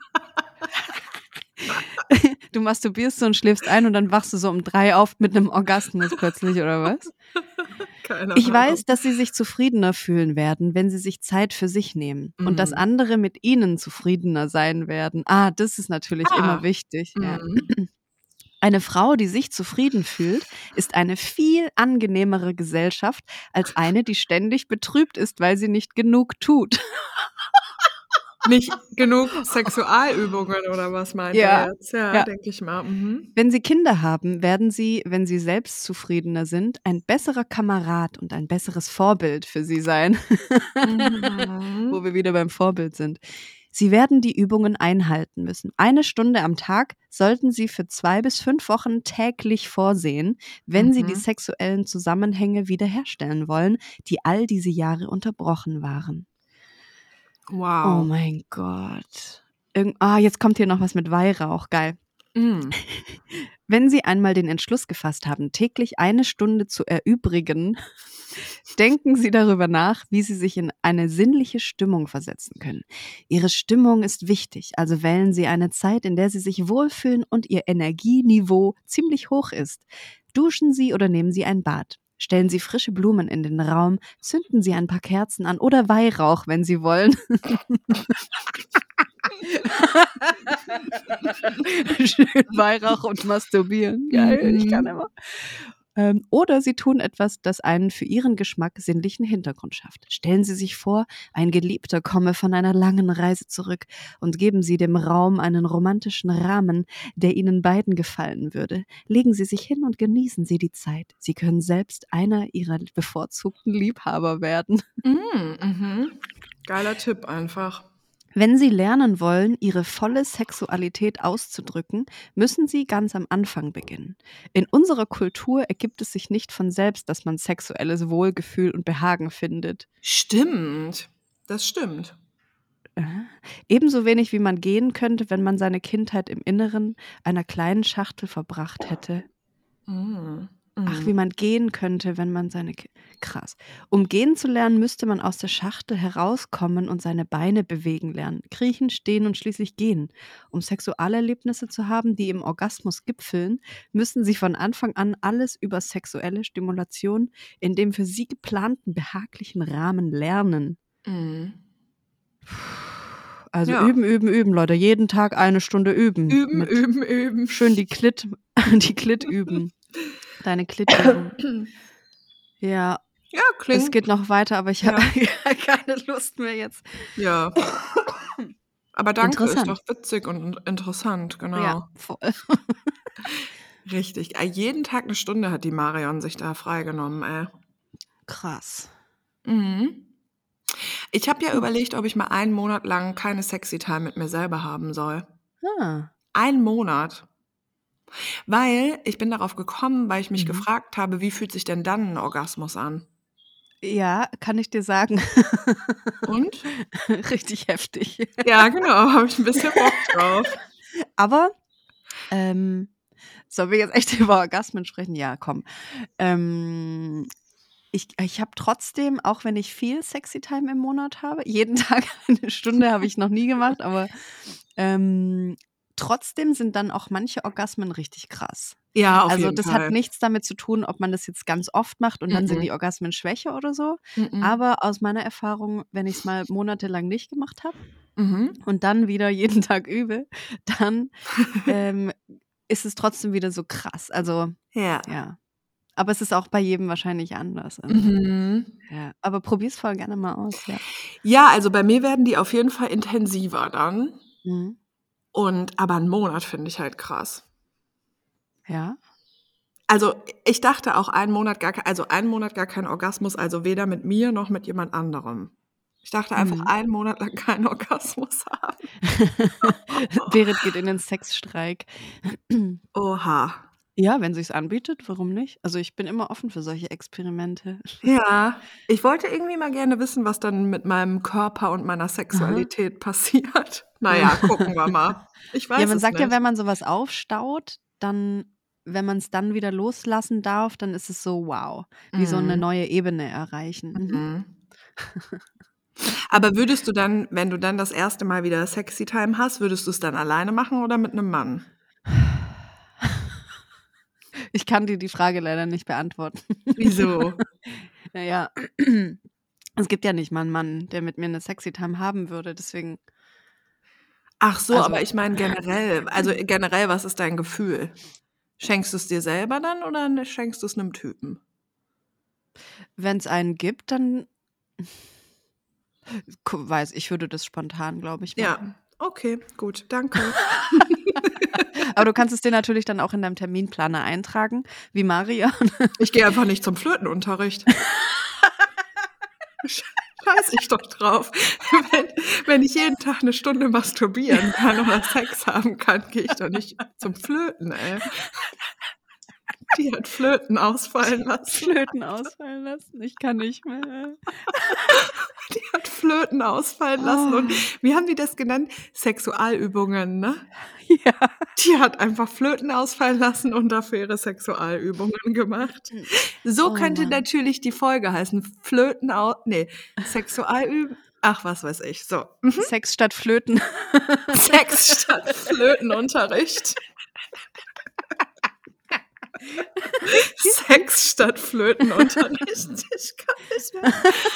Du masturbierst so und schläfst ein und dann wachst du so um drei auf mit einem Orgasmus plötzlich, oder was? Keine Ich Ahnung. weiß, dass sie sich zufriedener fühlen werden, wenn sie sich Zeit für sich nehmen und dass Mhm. andere mit ihnen zufriedener sein werden. Ah, das ist natürlich Ah. immer wichtig. Ja. Mhm. Eine Frau, die sich zufrieden fühlt, ist eine viel angenehmere Gesellschaft als eine, die ständig betrübt ist, weil sie nicht genug tut. Nicht genug Sexualübungen oder was meint Ja, er jetzt? Ja, ja. denke ich mal. Mhm. Wenn Sie Kinder haben, werden Sie, wenn Sie selbst zufriedener sind, ein besserer Kamerad und ein besseres Vorbild für Sie sein. Wo Mhm. wir wieder beim Vorbild sind. Sie werden die Übungen einhalten müssen. Eine Stunde am Tag sollten Sie für zwei bis fünf Wochen täglich vorsehen, wenn Sie die Mhm. sexuellen Zusammenhänge wiederherstellen wollen, die all diese Jahre unterbrochen waren. Oh Wow. mein Gott. Irgend ah, jetzt kommt hier noch was mit Weihrauch. Geil. Mhm. Wenn Sie einmal den Entschluss gefasst haben, täglich eine Stunde zu erübrigen, denken Sie darüber nach, wie Sie sich in eine sinnliche Stimmung versetzen können. Ihre Stimmung ist wichtig, also wählen Sie eine Zeit, in der Sie sich wohlfühlen und Ihr Energieniveau ziemlich hoch ist. Duschen Sie oder nehmen Sie ein Bad. Stellen Sie frische Blumen in den Raum, zünden Sie ein paar Kerzen an oder Weihrauch, wenn Sie wollen. Schön Weihrauch und masturbieren. Geil, ich kann Mhm. immer. Ähm, oder Sie tun etwas, das einen für Ihren Geschmack sinnlichen Hintergrund schafft. Stellen Sie sich vor, ein Geliebter komme von einer langen Reise zurück und geben Sie dem Raum einen romantischen Rahmen, der Ihnen beiden gefallen würde. Legen Sie sich hin und genießen Sie die Zeit. Sie können selbst einer Ihrer bevorzugten Liebhaber werden. Mhm. Mhm. Geiler Tipp einfach. Wenn Sie lernen wollen, Ihre volle Sexualität auszudrücken, müssen Sie ganz am Anfang beginnen. In unserer Kultur ergibt es sich nicht von selbst, dass man sexuelles Wohlgefühl und Behagen findet. Stimmt. Das stimmt. Äh, Ebenso wenig wie man gehen könnte, wenn man seine Kindheit im Inneren einer kleinen Schachtel verbracht hätte. Mhm. Ach, Mhm. wie man gehen könnte, wenn man seine... Ki- Krass. Um gehen zu lernen, müsste man aus der Schachtel herauskommen und seine Beine bewegen lernen. Kriechen, stehen und schließlich gehen. Um Sexualerlebnisse zu haben, die im Orgasmus gipfeln, müssen sie von Anfang an alles über sexuelle Stimulation in dem für sie geplanten behaglichen Rahmen lernen. Mhm. Also Ja. üben, üben, üben, Leute. Jeden Tag eine Stunde üben. Üben, Mit üben, üben. schön die Klit, die Klit üben. Deine Klitübung. Ja, Ja, es klingt. geht noch weiter, aber ich habe Ja. keine Lust mehr jetzt. Ja. Aber danke, ist Interessant. doch witzig und interessant, Ja, genau. voll. Richtig. Äh, Jeden Tag eine Stunde hat die Marion sich da freigenommen, ey. Krass. Mhm. Ich habe ja Hm. überlegt, ob ich mal einen Monat lang keine Sexy Time mit mir selber haben soll. Ah. Ein Monat. Weil ich bin darauf gekommen, weil ich mich Mhm. gefragt habe, wie fühlt sich denn dann ein Orgasmus an? Ja, kann ich dir sagen. Und? Richtig heftig. Ja, genau, habe ich ein bisschen Bock drauf. Aber, ähm, sollen wir jetzt echt über Orgasmen sprechen? Ja, komm. Ähm, ich ich habe trotzdem, auch wenn ich viel Sexy-Time im Monat habe, jeden Tag eine Stunde habe ich noch nie gemacht, aber, ähm, trotzdem sind dann auch manche Orgasmen richtig krass. Ja, auf Also, jeden das hat Fall. nichts damit zu tun, ob man das jetzt ganz oft macht und dann sind Mhm. die Orgasmen schwächer oder so. Mhm. Aber aus meiner Erfahrung, wenn ich's mal monatelang nicht gemacht habe Mhm. und dann wieder jeden Tag übe, dann, ähm, ist es trotzdem wieder so krass. Also, Ja. ja. Aber es ist auch bei jedem wahrscheinlich anders. Also, Mhm. ja. Aber probier's voll gerne mal aus, ja. Ja, also bei mir werden die auf jeden Fall intensiver dann. Mhm. Und aber 'n Monat finde ich halt krass. Ja? Also, ich dachte auch einen Monat gar kei also einen Monat gar kein Orgasmus, also weder mit mir noch mit jemand anderem. Ich dachte einfach Mhm. einen Monat lang keinen Orgasmus haben. Berit geht in den Sexstreik. Oha. Ja, wenn sich's anbietet, warum nicht? Also, ich bin immer offen für solche Experimente. Ja, ich wollte irgendwie mal gerne wissen, was dann mit meinem Körper und meiner Aha. Sexualität passiert. Na ja, gucken wir mal. Ich Ja, weiß man es sagt ja, nicht. wenn man so was aufstaut, dann wenn man's dann wieder loslassen darf, dann ist es so wow, wie so 'ne Mhm. neue Ebene erreichen. Mhm. Mhm. Aber würdest du dann, wenn du dann das erste Mal wieder Sexy-Time hast, würdest du's dann alleine machen oder mit 'nem Mann? Ich kann dir die Frage leider nicht beantworten. Wieso? Na ja, es gibt ja nicht mal 'n Mann, der mit mir 'ne Sexy-Time haben würde, deswegen Ach so, also aber ich meine generell. Also, generell, was ist dein Gefühl? Schenkst du's dir selber dann oder ne schenkst du's 'nem Typen? Wenn's einen gibt, dann Ku weiß ich würde das spontan, glaube ich, Ja, machen. okay, gut, danke. Aber du kannst es dir natürlich dann auch in deinem Terminplaner eintragen, wie Marian. Ich gehe einfach nicht zum Flötenunterricht. Sch scheiße ich doch drauf. Wenn wenn ich jeden Tag 'ne Stunde masturbieren kann oder Sex haben kann, gehe ich doch nicht zum Flöten, ey. Die hat Flöten ausfallen lassen. Flöten ausfallen lassen. Ich kann nicht mehr. Die hat Flöten ausfallen lassen und Oh. wie haben die das genannt? Sexualübungen, ne? Ja. Die hat einfach Flöten ausfallen lassen und dafür ihre Sexualübungen gemacht. So Oh könnte Mann. natürlich die Folge heißen, Flöten au ne, Sexualüb ach, was weiß ich. So, mhm. Sex statt Flöten. Sex statt Flötenunterricht. Sex statt Flötenunterricht. Ich kann nicht mehr.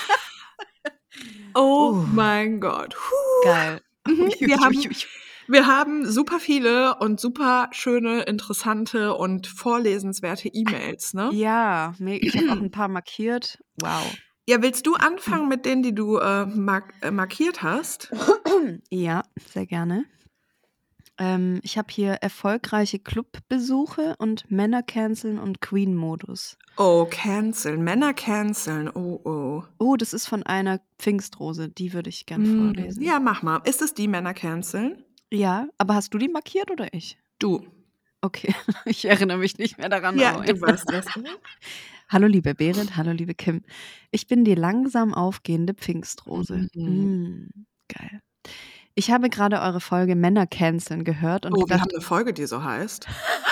Oh Uh. mein Gott. Hu. Geil. Mhm. Ui, Wir ui, haben ui, ui. wir haben super viele und super schöne, interessante und vorlesenswerte E-Mails, ne? Ja, me ich habe auch 'n paar markiert. Wow. Ja, willst du anfangen mit denen, die du, äh, mark äh, markiert hast? Ja, sehr gerne. Ähm, ich habe hier erfolgreiche Clubbesuche und Männer canceln und Queen-Modus. Oh, canceln. Männer canceln. Oh, oh. Oh, das ist von einer Pfingstrose, die würde ich gern Hm, vorlesen. ja, mach mal. Ist es die Männer canceln? Ja, aber hast du die markiert oder ich? Du. Okay, ich erinnere mich nicht mehr daran, Ja, aber du weißt das. Hallo liebe Berit, hallo liebe Kim. Ich bin die langsam aufgehende Pfingstrose. Mhm. Hm, geil. Ich habe gerade eure Folge Männer canceln gehört und Oh, wir gedacht haben 'ne Folge, die so heißt.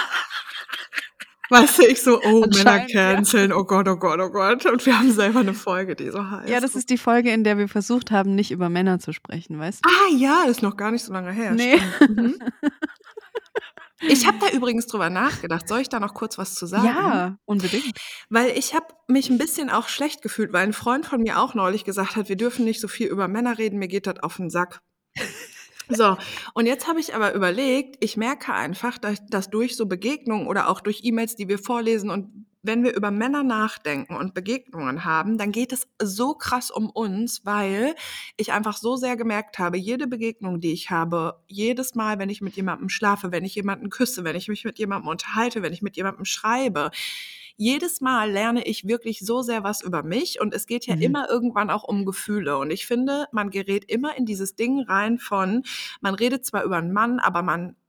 Weißt du, ich so: „Oh, Männer Anscheinend, ja. canceln, oh Gott, oh Gott, oh Gott." Und wir haben selber 'ne Folge, die so heißt. Ja, das ist die Folge, in der wir versucht haben, nicht über Männer zu sprechen, weißt du? Ah ja, ist noch gar nicht so lange her, Ne. stimmt. Mhm. Ich habe da übrigens drüber nachgedacht. Soll ich da noch kurz was zu sagen? Ja, unbedingt. Weil ich habe mich 'n bisschen auch schlecht gefühlt, weil 'n Freund von mir auch neulich gesagt hat: „Wir dürfen nicht so viel über Männer reden, mir geht das auf 'n Sack." So, und jetzt habe ich aber überlegt, ich merke einfach, dass dass durch so Begegnungen oder auch durch E-Mails, die wir vorlesen und wenn wir über Männer nachdenken und Begegnungen haben, dann geht es so krass um uns, weil ich einfach so sehr gemerkt habe, jede Begegnung, die ich habe, jedes Mal, wenn ich mit jemandem schlafe, wenn ich jemanden küsse, wenn ich mich mit jemandem unterhalte, wenn ich mit jemandem schreibe, jedes Mal lerne ich wirklich so sehr was über mich und es geht ja Mhm. immer irgendwann auch um Gefühle und ich finde, man gerät immer in dieses Ding rein von, man redet zwar über 'n Mann, aber man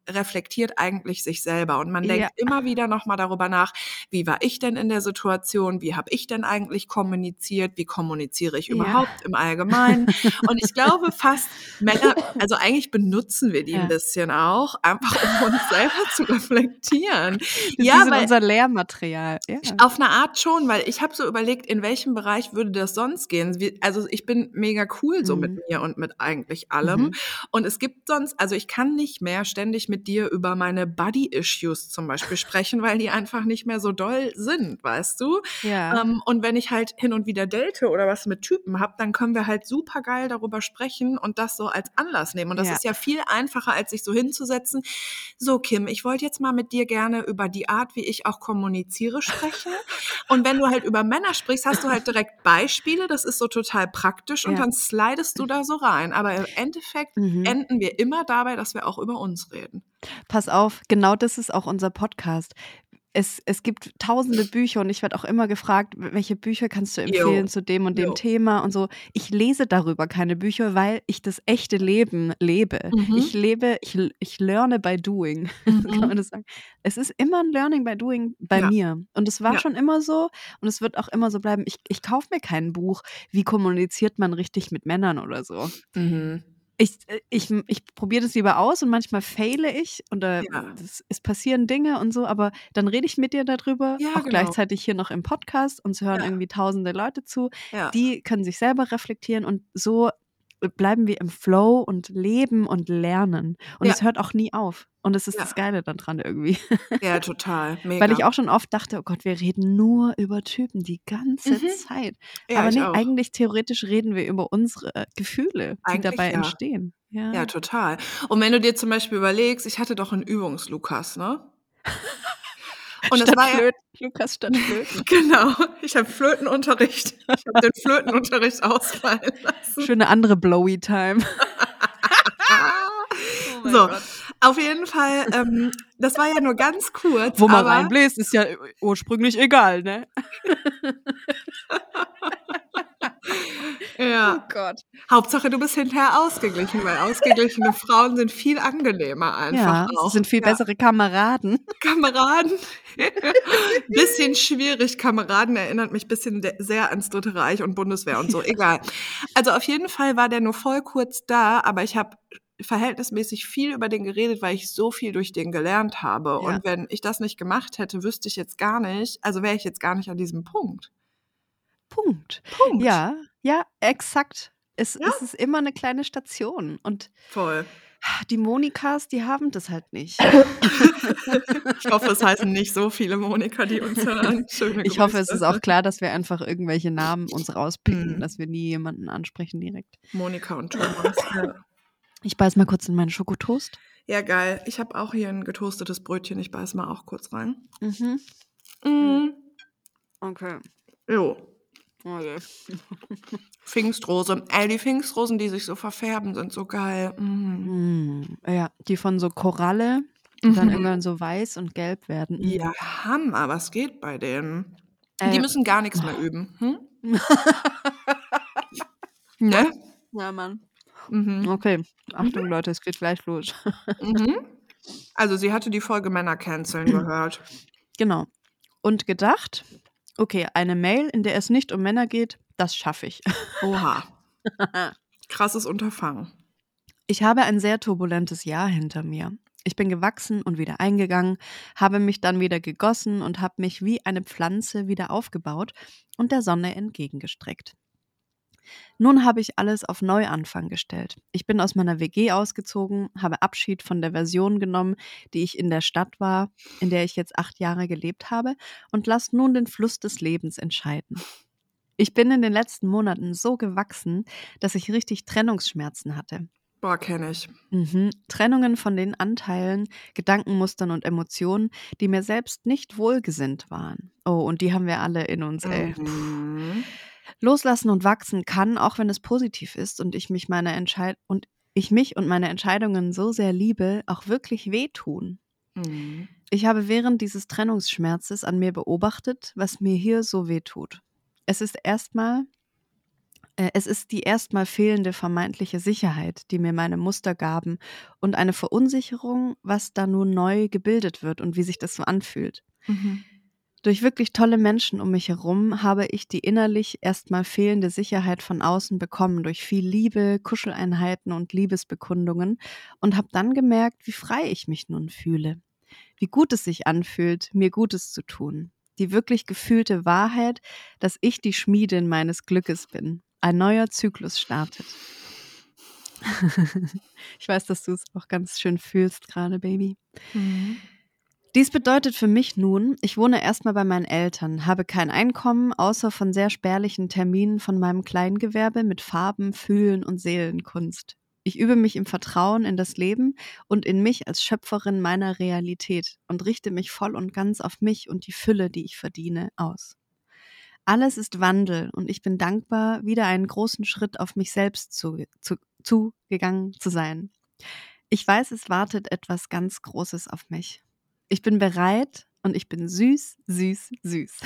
reflektiert eigentlich sich selber und man Ja. denkt immer wieder nochmal darüber nach, wie war ich denn in der Situation, wie habe ich denn eigentlich kommuniziert, wie kommuniziere ich Ja. überhaupt im Allgemeinen und ich glaube fast Männer, also eigentlich benutzen wir die Ja. ein bisschen auch, einfach um uns selber zu reflektieren. Die Ja, sind weil unser Lehrmaterial. Ja. auf eine Art schon, weil ich habe so überlegt, in welchem Bereich würde das sonst gehen. Wie, also ich bin mega cool so Mhm. mit mir und mit eigentlich allem. Mhm. Und es gibt sonst, also ich kann nicht mehr ständig mit dir über meine Body-Issues zum Beispiel sprechen, weil die einfach nicht mehr so doll sind, weißt du? Ja. Ähm, und wenn ich halt hin und wieder date oder was mit Typen habe, dann können wir halt super geil darüber sprechen und das so als Anlass nehmen. Und das Ja. ist ja viel einfacher, als sich so hinzusetzen. So, Kim, ich wollte jetzt mal mit dir gerne über die Art, wie ich auch kommuniziere, sprechen. Und wenn du halt über Männer sprichst, hast du halt direkt Beispiele. Das ist so total praktisch und Ja. dann slidest du da so rein. Aber im Endeffekt Mhm. enden wir immer dabei, dass wir auch über uns reden. Pass auf, genau das ist auch unser Podcast. Es, es gibt tausende Bücher und ich werde auch immer gefragt, welche Bücher kannst du empfehlen Jo, zu dem und dem jo. Thema und so. Ich lese darüber keine Bücher, weil ich das echte Leben lebe. Mhm. Ich lebe, ich, ich lerne by doing, kann man Mhm. das sagen. Es ist immer ein Learning by doing bei Ja, mir. Und es war ja. schon immer so und es wird auch immer so bleiben. Ich, ich kaufe mir kein Buch, wie kommuniziert man richtig mit Männern oder so. Mhm. Ich, äh, ich, ich probiere das lieber aus und manchmal faile ich und äh, Ja. das, es passieren Dinge und so, aber dann rede ich mit dir darüber, Ja, auch genau. gleichzeitig hier noch im Podcast und es hören Ja. irgendwie tausende Leute zu, Ja. die können sich selber reflektieren und so bleiben wir im Flow und leben und lernen. Und Ja. es hört auch nie auf. Und das ist Ja. das Geile daran irgendwie. Ja, total. Weil Mega. ich auch schon oft dachte, oh Gott, wir reden nur über Typen die ganze Mhm. Zeit. Ja, Aber ich nee, auch. eigentlich theoretisch reden wir über unsere äh, Gefühle, die Eigentlich dabei ja. entstehen. Ja, Ja. total. Und wenn du dir zum Beispiel überlegst, ich hatte doch einen Übungs-Lukas, ne? Und es Statt war ja, Flöten, Lukas statt Flöten. genau, ich habe Flötenunterricht, ich habe den Flötenunterricht ausfallen lassen. Schöne andere Blowy-Time. Oh mein So, Gott. auf jeden Fall, ähm, das war ja nur ganz kurz, Wo man aber reinbläst, ist ja ursprünglich egal, ne? Oh ja, Gott. Hauptsache du bist hinterher ausgeglichen, weil ausgeglichene Frauen sind viel angenehmer einfach Ja, sie auch. sind viel Ja, bessere Kameraden. Kameraden. Bisschen schwierig, Kameraden erinnert mich bisschen de- sehr ans Dritte Reich und Bundeswehr und so, egal. Also auf jeden Fall war der nur voll kurz da, aber ich habe verhältnismäßig viel über den geredet, weil ich so viel durch den gelernt habe. Ja. Und wenn ich das nicht gemacht hätte, wüsste ich jetzt gar nicht, also wäre ich jetzt gar nicht an diesem Punkt. Punkt. Punkt. Ja, ja, exakt. Es, Ja. es ist immer eine kleine Station. Und Voll. die Monikas, die haben das halt nicht. Ich hoffe, es heißen nicht so viele Monika, die uns hören. Schöne Ich hoffe, es Grüße. ist auch klar, dass wir einfach irgendwelche Namen uns rauspicken, Mhm. dass wir nie jemanden ansprechen direkt. Monika und Thomas. Ja. Ich beiß mal kurz in meinen Schokotoast. Ja, geil. Ich habe auch hier ein getoastetes Brötchen. Ich beiß mal auch kurz rein. Mhm. Mhm. Okay. Jo. Okay. Pfingstrose. Ey, die Pfingstrosen, die sich so verfärben, sind so geil. Mhm. Mm, ja, die von so Koralle, die dann Mhm. irgendwann so weiß und gelb werden. Mm. Ja, Hammer. Was geht bei denen? Die Äh, müssen gar nichts mehr üben. Hm? Ne? ja, Mann. Mhm. Okay, Achtung, Leute, es geht gleich los. Mhm. Also sie hatte die Folge Männer canceln gehört. Genau. Und gedacht, okay, eine Mail, in der es nicht um Männer geht, das schaffe ich. Oha. Krasses Unterfangen. Ich habe ein sehr turbulentes Jahr hinter mir. Ich bin gewachsen und wieder eingegangen, habe mich dann wieder gegossen und habe mich wie eine Pflanze wieder aufgebaut und der Sonne entgegengestreckt. Nun habe ich alles auf Neuanfang gestellt. Ich bin aus meiner W G ausgezogen, habe Abschied von der Version genommen, die ich in der Stadt war, in der ich jetzt acht Jahre gelebt habe, und lasse nun den Fluss des Lebens entscheiden. Ich bin in den letzten Monaten so gewachsen, dass ich richtig Trennungsschmerzen hatte. Boah, kenne ich. Mhm. Trennungen von den Anteilen, Gedankenmustern und Emotionen, die mir selbst nicht wohlgesinnt waren. Oh, und die haben wir alle in uns, ey. Mhm. Loslassen und wachsen kann, auch wenn es positiv ist und ich mich meine Entscheid und ich mich und meine Entscheidungen so sehr liebe, auch wirklich wehtun. Mhm. Ich habe während dieses Trennungsschmerzes an mir beobachtet, was mir hier so wehtut. Es ist erstmal Äh, Es ist die erstmal fehlende vermeintliche Sicherheit, die mir meine Muster gaben und eine Verunsicherung, was da nun neu gebildet wird und wie sich das so anfühlt. Mhm. Durch wirklich tolle Menschen um mich herum habe ich die innerlich erstmal fehlende Sicherheit von außen bekommen, durch viel Liebe, Kuscheleinheiten und Liebesbekundungen und habe dann gemerkt, wie frei ich mich nun fühle, wie gut es sich anfühlt, mir Gutes zu tun. Die wirklich gefühlte Wahrheit, dass ich die Schmiedin meines Glückes bin. Ein neuer Zyklus startet. Ich weiß, dass du es auch ganz schön fühlst gerade, Baby. Mhm. Dies bedeutet für mich nun, ich wohne erstmal bei meinen Eltern, habe kein Einkommen, außer von sehr spärlichen Terminen von meinem Kleingewerbe mit Farben, Fühlen und Seelenkunst. Ich übe mich im Vertrauen in das Leben und in mich als Schöpferin meiner Realität und richte mich voll und ganz auf mich und die Fülle, die ich verdiene, aus. Alles ist Wandel und ich bin dankbar, wieder einen großen Schritt auf mich selbst zu, zu, zugegangen zu sein. Ich weiß, es wartet etwas ganz Großes auf mich. Ich bin bereit und ich bin süß, süß, süß.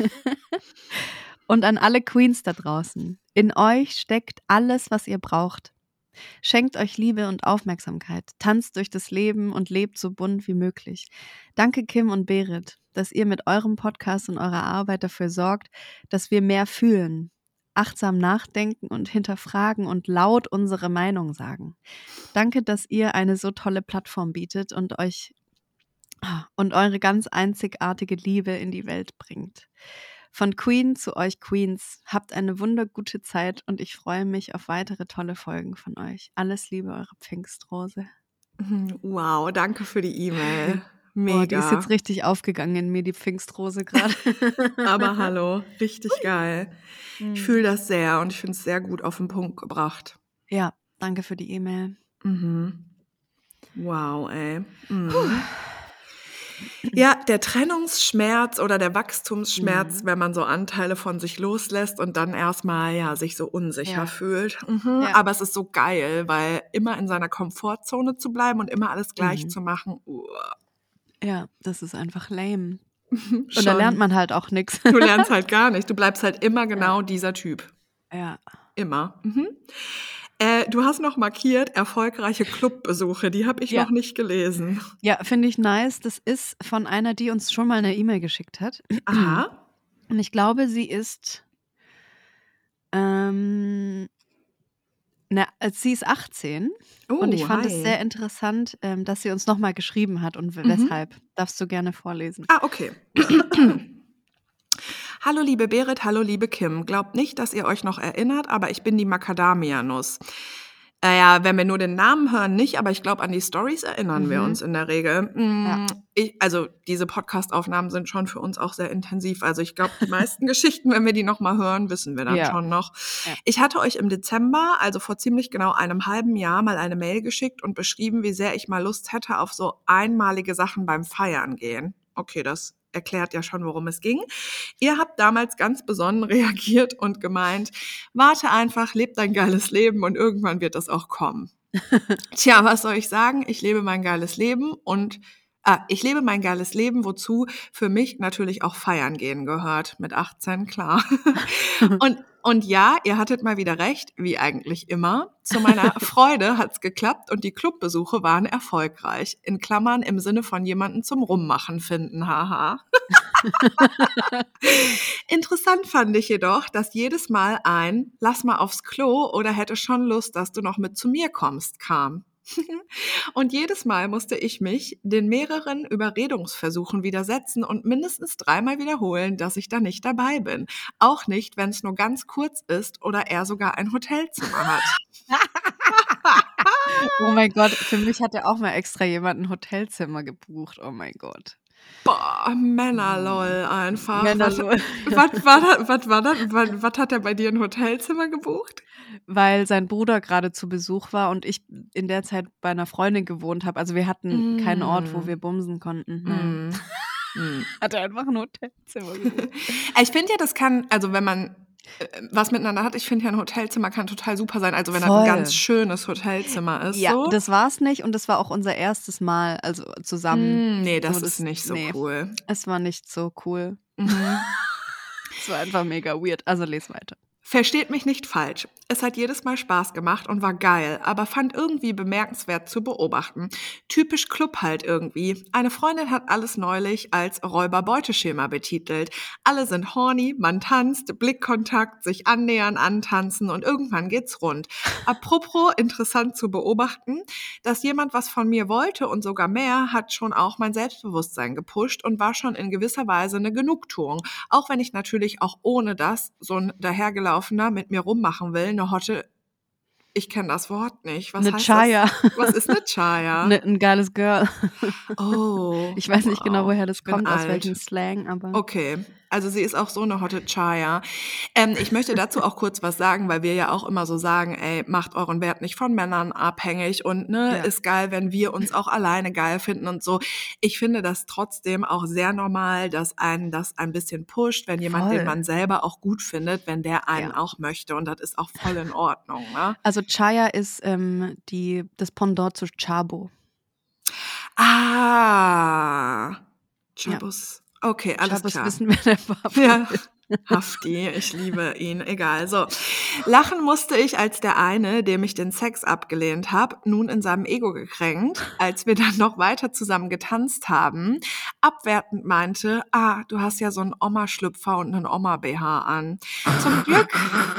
Und an alle Queens da draußen. In euch steckt alles, was ihr braucht. Schenkt euch Liebe und Aufmerksamkeit. Tanzt durch das Leben und lebt so bunt wie möglich. Danke Kim und Berit, dass ihr mit eurem Podcast und eurer Arbeit dafür sorgt, dass wir mehr fühlen, achtsam nachdenken und hinterfragen und laut unsere Meinung sagen. Danke, dass ihr eine so tolle Plattform bietet und euch und eure ganz einzigartige Liebe in die Welt bringt. Von Queen zu euch Queens, habt eine wundergute Zeit und ich freue mich auf weitere tolle Folgen von euch. Alles Liebe, eure Pfingstrose. Mhm. Wow, danke für die E-Mail. Boah, die ist Mega. jetzt richtig aufgegangen in mir, die Pfingstrose gerade. Aber hallo, richtig geil. Ich Mhm. fühle das sehr und ich finde es sehr gut auf den Punkt gebracht. Ja, danke für die E-Mail. Mhm. Wow, ey. Mhm. Ja, der Trennungsschmerz oder der Wachstumsschmerz, Mhm. wenn man so Anteile von sich loslässt und dann erstmal ja sich so unsicher Ja. fühlt. Mhm. Ja. Aber es ist so geil, weil immer in seiner Komfortzone zu bleiben und immer alles gleich Mhm. zu machen. uah. Ja, das ist einfach lame. Und da Schon. lernt man halt auch nichts. Du lernst halt gar nicht. Du bleibst halt immer genau dieser Typ. Ja. Immer. Mhm. Äh, du hast noch markiert, erfolgreiche Clubbesuche. Die habe ich Ja. noch nicht gelesen. Ja, finde ich nice. Das ist von einer, die uns schon mal eine E-Mail geschickt hat. Aha. Und ich glaube, sie ist, ähm, ne, äh, sie ist achtzehn. Und ich Oh, fand es hi. sehr interessant, ähm, dass sie uns nochmal geschrieben hat und w- Mhm. weshalb. Darfst du gerne vorlesen. Ah, okay. Hallo liebe Berit, hallo liebe Kim. Glaubt nicht, dass ihr euch noch erinnert, aber ich bin die Macadamia-Nuss. Äh, ja, wenn wir nur den Namen hören, nicht, aber ich glaube, an die Stories erinnern wir Mhm. uns in der Regel. Ja. Mm, ich, also diese Podcast-Aufnahmen sind schon für uns auch sehr intensiv. Also ich glaube, die meisten Geschichten, wenn wir die nochmal hören, wissen wir dann Ja. schon noch. Ja. Ich hatte euch im Dezember, also vor ziemlich genau einem halben Jahr, mal eine Mail geschickt und beschrieben, wie sehr ich mal Lust hätte auf so einmalige Sachen beim Feiern gehen. Okay, das erklärt ja schon, worum es ging. Ihr habt damals ganz besonnen reagiert und gemeint, warte einfach, leb dein geiles Leben und irgendwann wird das auch kommen. Tja, was soll ich sagen? Ich lebe mein geiles Leben und ah, ich lebe mein geiles Leben, wozu für mich natürlich auch feiern gehen gehört. Mit achtzehn, klar. Und, und ja, ihr hattet mal wieder recht, wie eigentlich immer. Zu meiner Freude hat's geklappt und die Clubbesuche waren erfolgreich. In Klammern im Sinne von jemanden zum Rummachen finden, haha. Interessant fand ich jedoch, dass jedes Mal ein Lass mal aufs Klo oder hätte schon Lust, dass du noch mit zu mir kommst kam. Und jedes Mal musste ich mich den mehreren Überredungsversuchen widersetzen und mindestens dreimal wiederholen, dass ich da nicht dabei bin. Auch nicht, wenn es nur ganz kurz ist oder er sogar ein Hotelzimmer hat. Oh mein Gott, für mich hat er auch mal extra jemand ein Hotelzimmer gebucht. Oh mein Gott. Boah, Männerlol einfach. Männerlol. Was, was, war das, was war das? Was, was hat er bei dir ein Hotelzimmer gebucht? Weil sein Bruder gerade zu Besuch war und ich in der Zeit bei einer Freundin gewohnt habe. Also wir hatten keinen Ort, wo Mm. wir bumsen konnten. Naja. Mm. Mm. Hat er einfach ein Hotelzimmer gebucht. Ich finde ja, das kann, also wenn man äh, was miteinander hat, ich finde ja, ein Hotelzimmer kann total super sein. Also wenn das ein Voll. ganz schönes Hotelzimmer ist. Ja, so. das war's nicht und das war auch unser erstes Mal, also zusammen. Mm, nee, das So, ist nicht so nee, cool. es war nicht so cool. Mhm. Es war einfach mega weird. Also les weiter. Versteht mich nicht falsch. Es hat jedes Mal Spaß gemacht und war geil, aber fand irgendwie bemerkenswert zu beobachten. Typisch Club halt irgendwie. Eine Freundin hat alles neulich als Räuber-Beuteschema betitelt. Alle sind horny, man tanzt, Blickkontakt, sich annähern, antanzen und irgendwann geht's rund. Apropos interessant zu beobachten, dass jemand was von mir wollte und sogar mehr, hat schon auch mein Selbstbewusstsein gepusht und war schon in gewisser Weise eine Genugtuung. Auch wenn ich natürlich auch ohne das so ein dahergelaufener mit mir rummachen will, eine Hotte, ich kenne das Wort nicht. Was Eine heißt Chaya. das? Was ist eine Chaya? Ne, ein geiles Girl. Oh, Ich weiß nicht genau, wow. woher das Ich bin kommt, aus alt. welchem Slang, aber Okay, also sie ist auch so eine Hotte Chaya. Ähm, ich möchte dazu auch kurz was sagen, weil wir ja auch immer so sagen, ey, macht euren Wert nicht von Männern abhängig und ne, Ja. ist geil, wenn wir uns auch alleine geil finden und so. Ich finde das trotzdem auch sehr normal, dass einen das ein bisschen pusht, wenn jemand, den Voll. man selber auch gut findet, wenn der einen Ja. auch möchte und das ist auch voll in Ordnung, ne? Also Chaya ist ähm, die, das Pendant zu Chabo. Ah, Ja. Chabus. Okay, alles Chabos klar. wissen, wer der war. Ja, Hafti, ich liebe ihn, egal. So, lachen musste ich, als der eine, dem ich den Sex abgelehnt habe, nun in seinem Ego gekränkt, als wir dann noch weiter zusammen getanzt haben, abwertend meinte, ah, du hast ja so einen Oma-Schlüpfer und einen Oma-B H an. Zum Glück...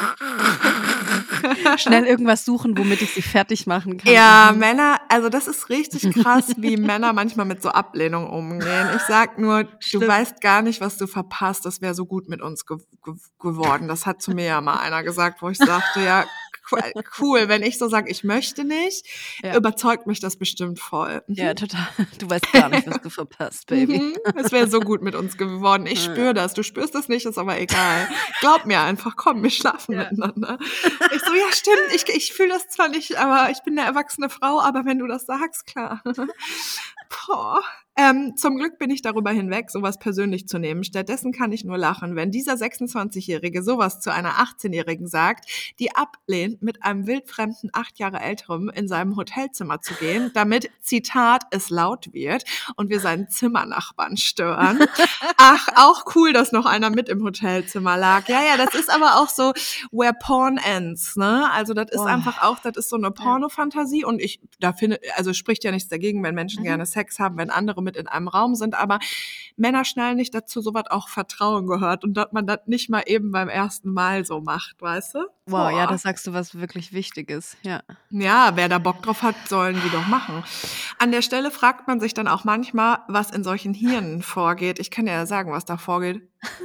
Schnell irgendwas suchen, womit ich sie fertig machen kann. Ja, Mhm. Männer, also das ist richtig krass, wie Männer manchmal mit so Ablehnung umgehen. Ich sag nur, du Schlimm. weißt gar nicht, was du verpasst. Das wäre so gut mit uns ge ge geworden. Das hat zu mir ja mal einer gesagt, wo ich sagte, ja, cool, wenn ich so sage, ich möchte nicht, Ja. überzeugt mich das bestimmt voll. Mhm. Ja, total. Du weißt gar nicht, was du verpasst, Baby. Mhm. Es wäre so gut mit uns geworden. Ich spüre das. Du spürst das nicht, ist aber egal. Glaub mir einfach, komm, wir schlafen Ja. miteinander. Ich so, ja, stimmt, ich, ich fühle das zwar nicht, aber ich bin eine erwachsene Frau, aber wenn du das sagst, klar. Boah. Ähm, zum Glück bin ich darüber hinweg, sowas persönlich zu nehmen. Stattdessen kann ich nur lachen, wenn dieser sechsundzwanzigjährige sowas zu einer achtzehnjährigen sagt, die ablehnt, mit einem wildfremden, acht Jahre älterem in seinem Hotelzimmer zu gehen, damit, Zitat, es laut wird und wir seinen Zimmernachbarn stören. Ach, auch cool, dass noch einer mit im Hotelzimmer lag. Ja, ja, das ist aber auch so, where porn ends, ne? Also das ist Boah. einfach auch, das ist so eine Pornofantasie und ich, da finde, also spricht ja nichts dagegen, wenn Menschen Mhm. gerne Sex haben, wenn andere mit in einem Raum sind, aber Männer schnallen nicht dazu, sowas auch Vertrauen gehört und dass man das nicht mal eben beim ersten Mal so macht, weißt du? Wow, ja, Boah. da sagst du was wirklich Wichtiges. Ja. Ja, wer da Bock drauf hat, sollen die doch machen. An der Stelle fragt man sich dann auch manchmal, was in solchen Hirnen vorgeht. Ich kann dir ja sagen, was da vorgeht.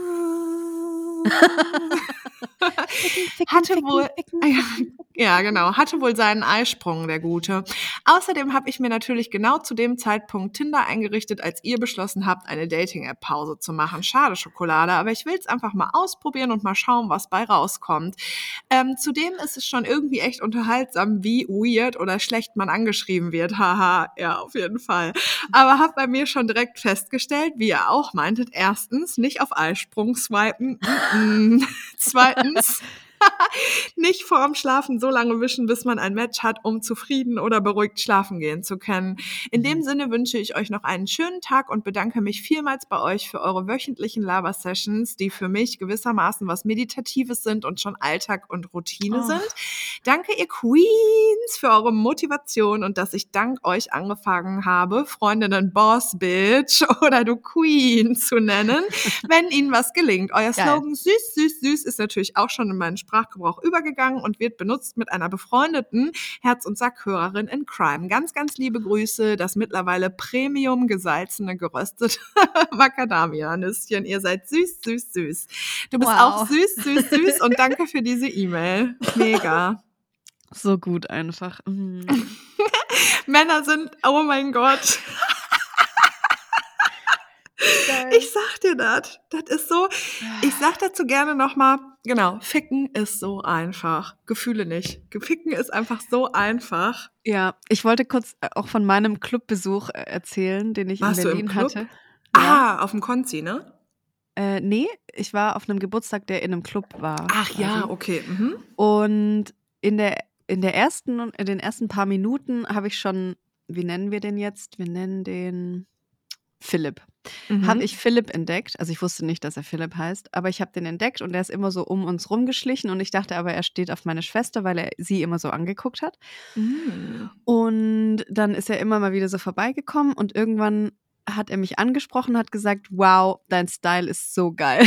Hatte wohl, ja genau, hatte wohl seinen Eisprung, der Gute. Außerdem habe ich mir natürlich genau zu dem Zeitpunkt Tinder eingerichtet, als ihr beschlossen habt, eine Dating-App-Pause zu machen. Schade, Schokolade, aber ich will es einfach mal ausprobieren und mal schauen, was bei rauskommt. Ähm, zudem ist es schon irgendwie echt unterhaltsam, wie weird oder schlecht man angeschrieben wird. Haha, ja, auf jeden Fall. Aber habe bei mir schon direkt festgestellt, wie ihr auch meintet, erstens, nicht auf Eisprung swipen. Mm-mm. Zweitens, nicht vorm Schlafen so lange wischen, bis man ein Match hat, um zufrieden oder beruhigt schlafen gehen zu können. In dem Sinne wünsche ich euch noch einen schönen Tag und bedanke mich vielmals bei euch für eure wöchentlichen Lava-Sessions, die für mich gewissermaßen was Meditatives sind und schon Alltag und Routine Oh. sind. Danke, ihr Queens, für eure Motivation und dass ich dank euch angefangen habe, Freundinnen Boss Bitch oder du Queen zu nennen, wenn ihnen was gelingt. Euer Geil. Slogan süß, süß, süß ist natürlich auch schon in meinen Sprachgebrauch übergegangen und wird benutzt mit einer befreundeten Herz- und Sackhörerin in Crime. Ganz, ganz liebe Grüße, das mittlerweile Premium gesalzene, geröstete Macadamia-Nüsschen. Ihr seid süß, süß, süß. Du bist Wow. auch süß, süß, süß und danke für diese E-Mail. Mega. So gut einfach. Mm. Männer sind, oh mein Gott. Ich sag dir das. Das ist so, ich sag dazu gerne nochmal, genau, ficken ist so einfach. Gefühle nicht. Ficken ist einfach so einfach. Ja, ich wollte kurz äh, auch von meinem Clubbesuch äh, erzählen, den ich Warst in du im Berlin Club? hatte. Ja. Ah, auf dem Konzi, ne? Äh, nee, ich war auf einem Geburtstag, der in einem Club war. Ach ja, quasi. okay. Mhm. Und in der in der ersten in den ersten paar Minuten habe ich schon, wie nennen wir den jetzt? Wir nennen den Philipp. Mhm. habe ich Philipp entdeckt. Also ich wusste nicht, dass er Philipp heißt, aber ich habe den entdeckt und der ist immer so um uns rumgeschlichen und ich dachte aber, er steht auf meine Schwester, weil er sie immer so angeguckt hat. Mm. Und dann ist er immer mal wieder so vorbeigekommen und irgendwann hat er mich angesprochen, hat gesagt, wow, dein Style ist so geil.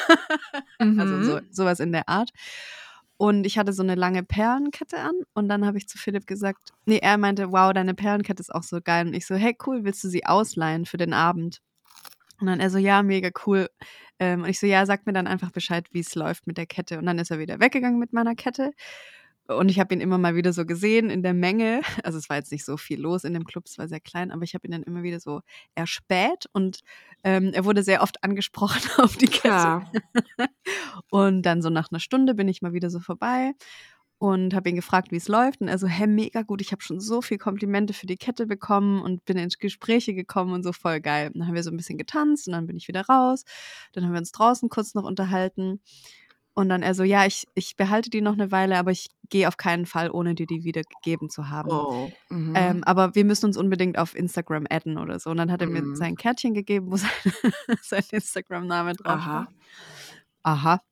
Also so, Mhm. sowas in der Art. Und ich hatte so eine lange Perlenkette an und dann habe ich zu Philipp gesagt, nee, er meinte, wow, deine Perlenkette ist auch so geil. Und ich so, hey, cool, willst du sie ausleihen für den Abend? Und dann er so, ja, mega cool. Ähm, und ich so, ja, sag mir dann einfach Bescheid, wie es läuft mit der Kette. Und dann ist er wieder weggegangen mit meiner Kette. Und ich habe ihn immer mal wieder so gesehen in der Menge. Also es war jetzt nicht so viel los in dem Club, es war sehr klein, aber ich habe ihn dann immer wieder so erspäht und ähm, er wurde sehr oft angesprochen auf die Kette. Klar. Und dann so nach einer Stunde bin ich mal wieder so vorbei und habe ihn gefragt, wie es läuft. Und er so, hä, mega gut, ich habe schon so viel Komplimente für die Kette bekommen und bin in Gespräche gekommen und so, voll geil. Und dann haben wir so ein bisschen getanzt und dann bin ich wieder raus. Dann haben wir uns draußen kurz noch unterhalten. Und dann er so, ja, ich, ich behalte die noch eine Weile, aber ich gehe auf keinen Fall, ohne dir die wieder gegeben zu haben. Oh. Mhm. Ähm, aber wir müssen uns unbedingt auf Instagram adden oder so. Und dann hat er mir Mhm. sein Kärtchen gegeben, wo sein, sein Instagram-Name drauf Aha. stand. Aha.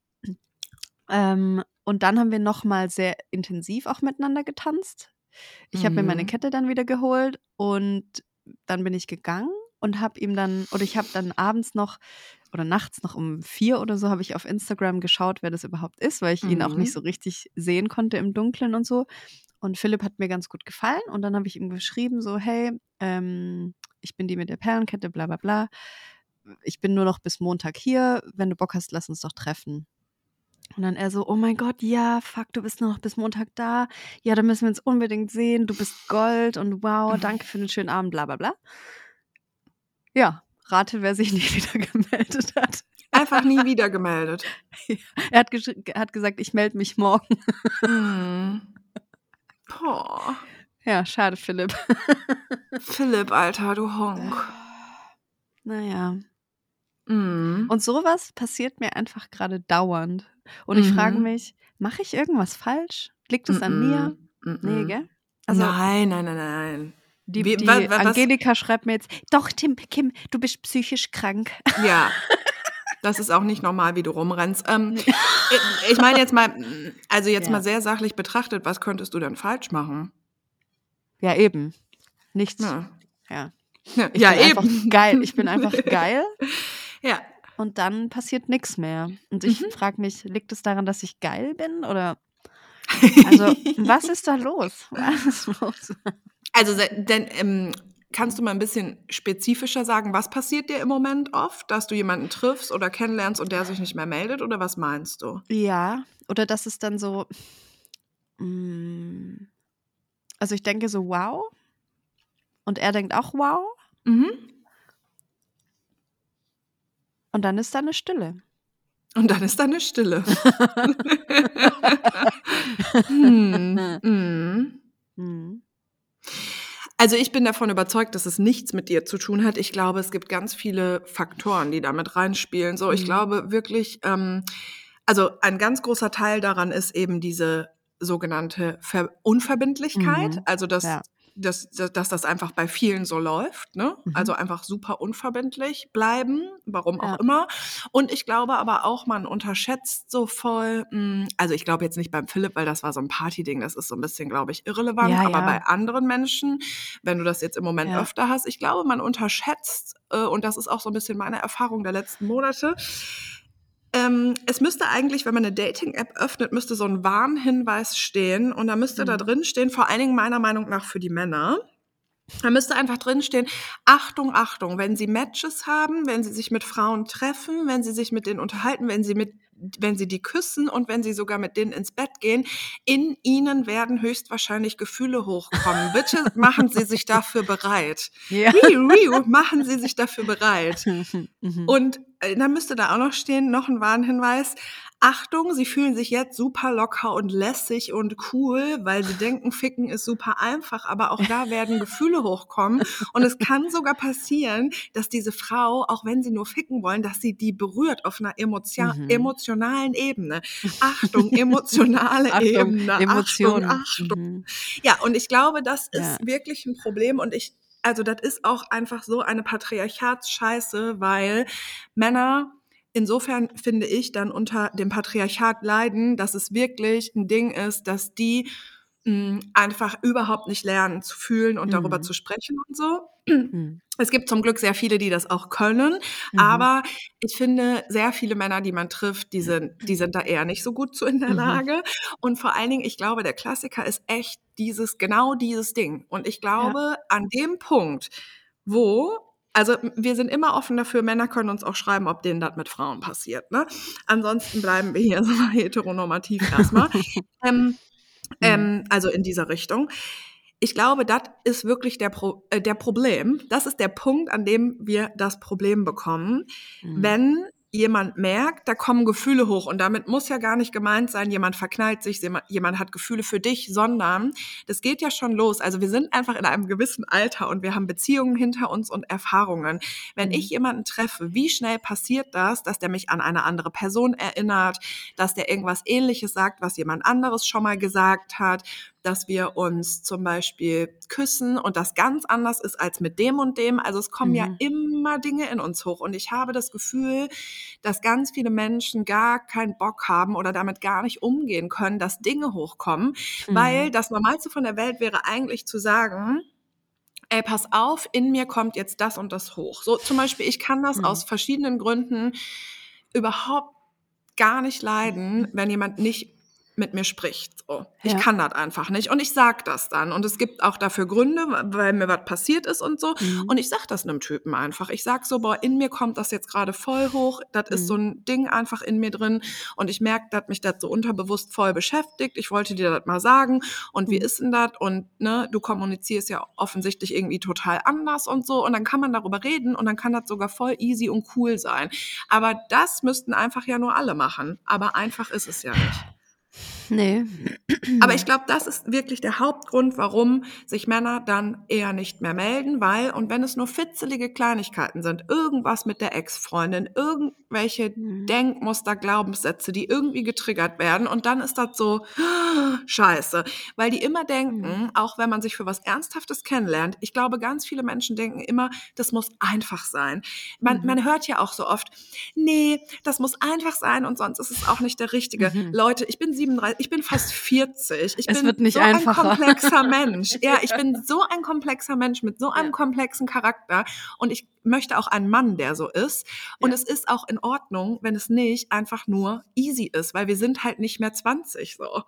Ähm, und dann haben wir nochmal sehr intensiv auch miteinander getanzt. Ich habe mir meine Mhm. Kette dann wieder geholt und dann bin ich gegangen und habe ihm dann, oder ich habe dann abends noch oder nachts noch um vier oder so, habe ich auf Instagram geschaut, wer das überhaupt ist, weil ich ihn auch nicht Mhm. so richtig sehen konnte im Dunkeln und so. Und Philipp hat mir ganz gut gefallen und dann habe ich ihm geschrieben, so, hey, ähm, ich bin die mit der Perlenkette, bla bla bla. Ich bin nur noch bis Montag hier. Wenn du Bock hast, lass uns doch treffen. Und dann er so, oh mein Gott, ja, fuck, du bist nur noch bis Montag da. Ja, da müssen wir uns unbedingt sehen. Du bist Gold und wow, danke für den schönen Abend, bla bla bla. Ja, rate, wer sich nicht wieder gemeldet hat. Einfach nie wieder gemeldet. Er hat, gesch- er hat gesagt, ich melde mich morgen. Mhm. Boah. Ja, schade, Philipp. Philipp, Alter, du Honk. Naja. Mhm. Und sowas passiert mir einfach gerade dauernd. Und ich frage Mhm. mich, mache ich irgendwas falsch? Liegt es an mir? Mhm. Nee, gell? Also Nein, nein, nein, nein. die, Wie- die wa- wa- was- Angelika schreibt mir jetzt, doch, Tim, Kim, du bist psychisch krank. Ja, das ist auch nicht normal, wie du rumrennst. Ähm, Nee. ich- Ich meine jetzt mal, also jetzt Ja. mal sehr sachlich betrachtet, was könntest du denn falsch machen? Ja, eben. Nichts. Ja, Ja. ja, Ich ja bin einfach eben. geil. Ich bin einfach geil Ja. und dann passiert nichts mehr. Und ich Mhm. frage mich, liegt es daran, dass ich geil bin? Oder also, was ist da los? Was ist los? Also, se- denn ähm, kannst du mal ein bisschen spezifischer sagen, was passiert dir im Moment oft, dass du jemanden triffst oder kennenlernst und der sich nicht mehr meldet? Oder was meinst du? Ja, oder dass es dann so. mm, Also ich denke so, wow. Und er denkt auch, wow. Mhm. Und dann ist da eine Stille. Und dann ist da eine Stille. hm. Mhm. Hm. Also ich bin davon überzeugt, dass es nichts mit dir zu tun hat. Ich glaube, es gibt ganz viele Faktoren, die damit reinspielen. So, ich Mhm. glaube wirklich, ähm, also ein ganz großer Teil daran ist eben diese sogenannte Ver Unverbindlichkeit. Mhm. Also dass, Ja. dass, dass, dass das einfach bei vielen so läuft. Ne? Mhm. Also einfach super unverbindlich bleiben, warum auch Ja. immer. Und ich glaube aber auch, man unterschätzt so voll, mh, also ich glaube jetzt nicht beim Philipp, weil das war so ein Partyding, das ist so ein bisschen, glaube ich, irrelevant. Ja, aber ja. bei anderen Menschen, wenn du das jetzt im Moment Ja. öfter hast, ich glaube, man unterschätzt, äh, und das ist auch so ein bisschen meine Erfahrung der letzten Monate, ähm, es müsste eigentlich, wenn man eine Dating-App öffnet, müsste so ein Warnhinweis stehen und da müsste da Mhm. drin stehen, vor allen Dingen meiner Meinung nach für die Männer, da müsste einfach drinstehen, Achtung, Achtung, wenn Sie Matches haben, wenn Sie sich mit Frauen treffen, wenn Sie sich mit denen unterhalten, wenn Sie mit, wenn Sie die küssen und wenn Sie sogar mit denen ins Bett gehen, in Ihnen werden höchstwahrscheinlich Gefühle hochkommen. Bitte machen Sie sich dafür bereit. Ja. Riu, riu, machen Sie sich dafür bereit. Mhm. Und äh, dann müsste da auch noch stehen, noch ein Warnhinweis. Achtung, Sie fühlen sich jetzt super locker und lässig und cool, weil Sie denken, Ficken ist super einfach, aber auch da werden Gefühle hochkommen. Und es kann sogar passieren, dass diese Frau, auch wenn sie nur ficken wollen, dass sie die berührt auf einer emotio- Mhm. emotionalen Ebene. Achtung, emotionale Achtung, Ebene. Emotionen. Achtung, Achtung. Mhm. Ja, und ich glaube, das ist Ja. wirklich ein Problem und ich also das ist auch einfach so eine Patriarchatsscheiße, weil Männer insofern, finde ich, dann unter dem Patriarchat leiden, dass es wirklich ein Ding ist, dass die mh, einfach überhaupt nicht lernen zu fühlen und darüber Mhm. zu sprechen und so. Mhm. Es gibt zum Glück sehr viele, die das auch können, Mhm. aber ich finde, sehr viele Männer, die man trifft, die sind, die sind da eher nicht so gut zu in der Mhm. Lage. Und vor allen Dingen, ich glaube, der Klassiker ist echt dieses, genau dieses Ding. Und ich glaube, an dem Punkt, wo, also m- wir sind immer offen dafür, Männer können uns auch schreiben, ob denen das mit Frauen passiert. Ne? Ansonsten bleiben wir hier so heteronormativ erstmal. Ähm, Mhm. ähm, also in dieser Richtung. Ich glaube, das ist wirklich der, Pro, äh, der Problem. Das ist der Punkt, an dem wir das Problem bekommen. Mhm. Wenn jemand merkt, da kommen Gefühle hoch und damit muss ja gar nicht gemeint sein, jemand verknallt sich, jemand- jemand hat Gefühle für dich, sondern das geht ja schon los. Also wir sind einfach in einem gewissen Alter und wir haben Beziehungen hinter uns und Erfahrungen. Wenn Mhm. ich jemanden treffe, wie schnell passiert das, dass der mich an eine andere Person erinnert, dass der irgendwas Ähnliches sagt, was jemand anderes schon mal gesagt hat, dass wir uns zum Beispiel küssen und das ganz anders ist als mit dem und dem. Also es kommen ja Mhm. immer Dinge in uns hoch und ich habe das Gefühl, dass ganz viele Menschen gar keinen Bock haben oder damit gar nicht umgehen können, dass Dinge hochkommen, weil Mhm. das Normalste von der Welt wäre eigentlich zu sagen, ey, pass auf, in mir kommt jetzt das und das hoch. So zum Beispiel, ich kann das Mhm. aus verschiedenen Gründen überhaupt gar nicht leiden, wenn jemand nicht mit mir spricht. So. Ich Ja. kann das einfach nicht. Und ich sag das dann. Und es gibt auch dafür Gründe, weil mir was passiert ist und so. Mhm. Und ich sag das einem Typen einfach. Ich sag so, boah, in mir kommt das jetzt gerade voll hoch. Das ist so Mhm. ein Ding einfach in mir drin. Und ich merke, dass mich das so unterbewusst voll beschäftigt. Ich wollte dir das mal sagen. Und wie Mhm. ist denn das? Und ne, du kommunizierst ja offensichtlich irgendwie total anders und so. Und dann kann man darüber reden und dann kann das sogar voll easy und cool sein. Aber das müssten einfach ja nur alle machen. Aber einfach ist es ja nicht. Nee. Aber ich glaube, das ist wirklich der Hauptgrund, warum sich Männer dann eher nicht mehr melden, weil, und wenn es nur fitzelige Kleinigkeiten sind, irgendwas mit der Ex-Freundin, irgendwelche Mhm. Denkmuster, Glaubenssätze, die irgendwie getriggert werden und dann ist das so, scheiße. Weil die immer denken, Mhm. auch wenn man sich für was Ernsthaftes kennenlernt, ich glaube, ganz viele Menschen denken immer, das muss einfach sein. Man, Mhm. man hört ja auch so oft, nee, das muss einfach sein und sonst ist es auch nicht der Richtige. Mhm. Leute, ich bin siebenunddreißig, ich bin fast vierzig. Ich Es bin wird nicht so einfacher. ein komplexer Mensch. Ja, ich bin so ein komplexer Mensch mit so einem Ja. komplexen Charakter und ich möchte auch einen Mann, der so ist. Und Ja. es ist auch in Ordnung, wenn es nicht einfach nur easy ist, weil wir sind halt nicht mehr zwanzig so.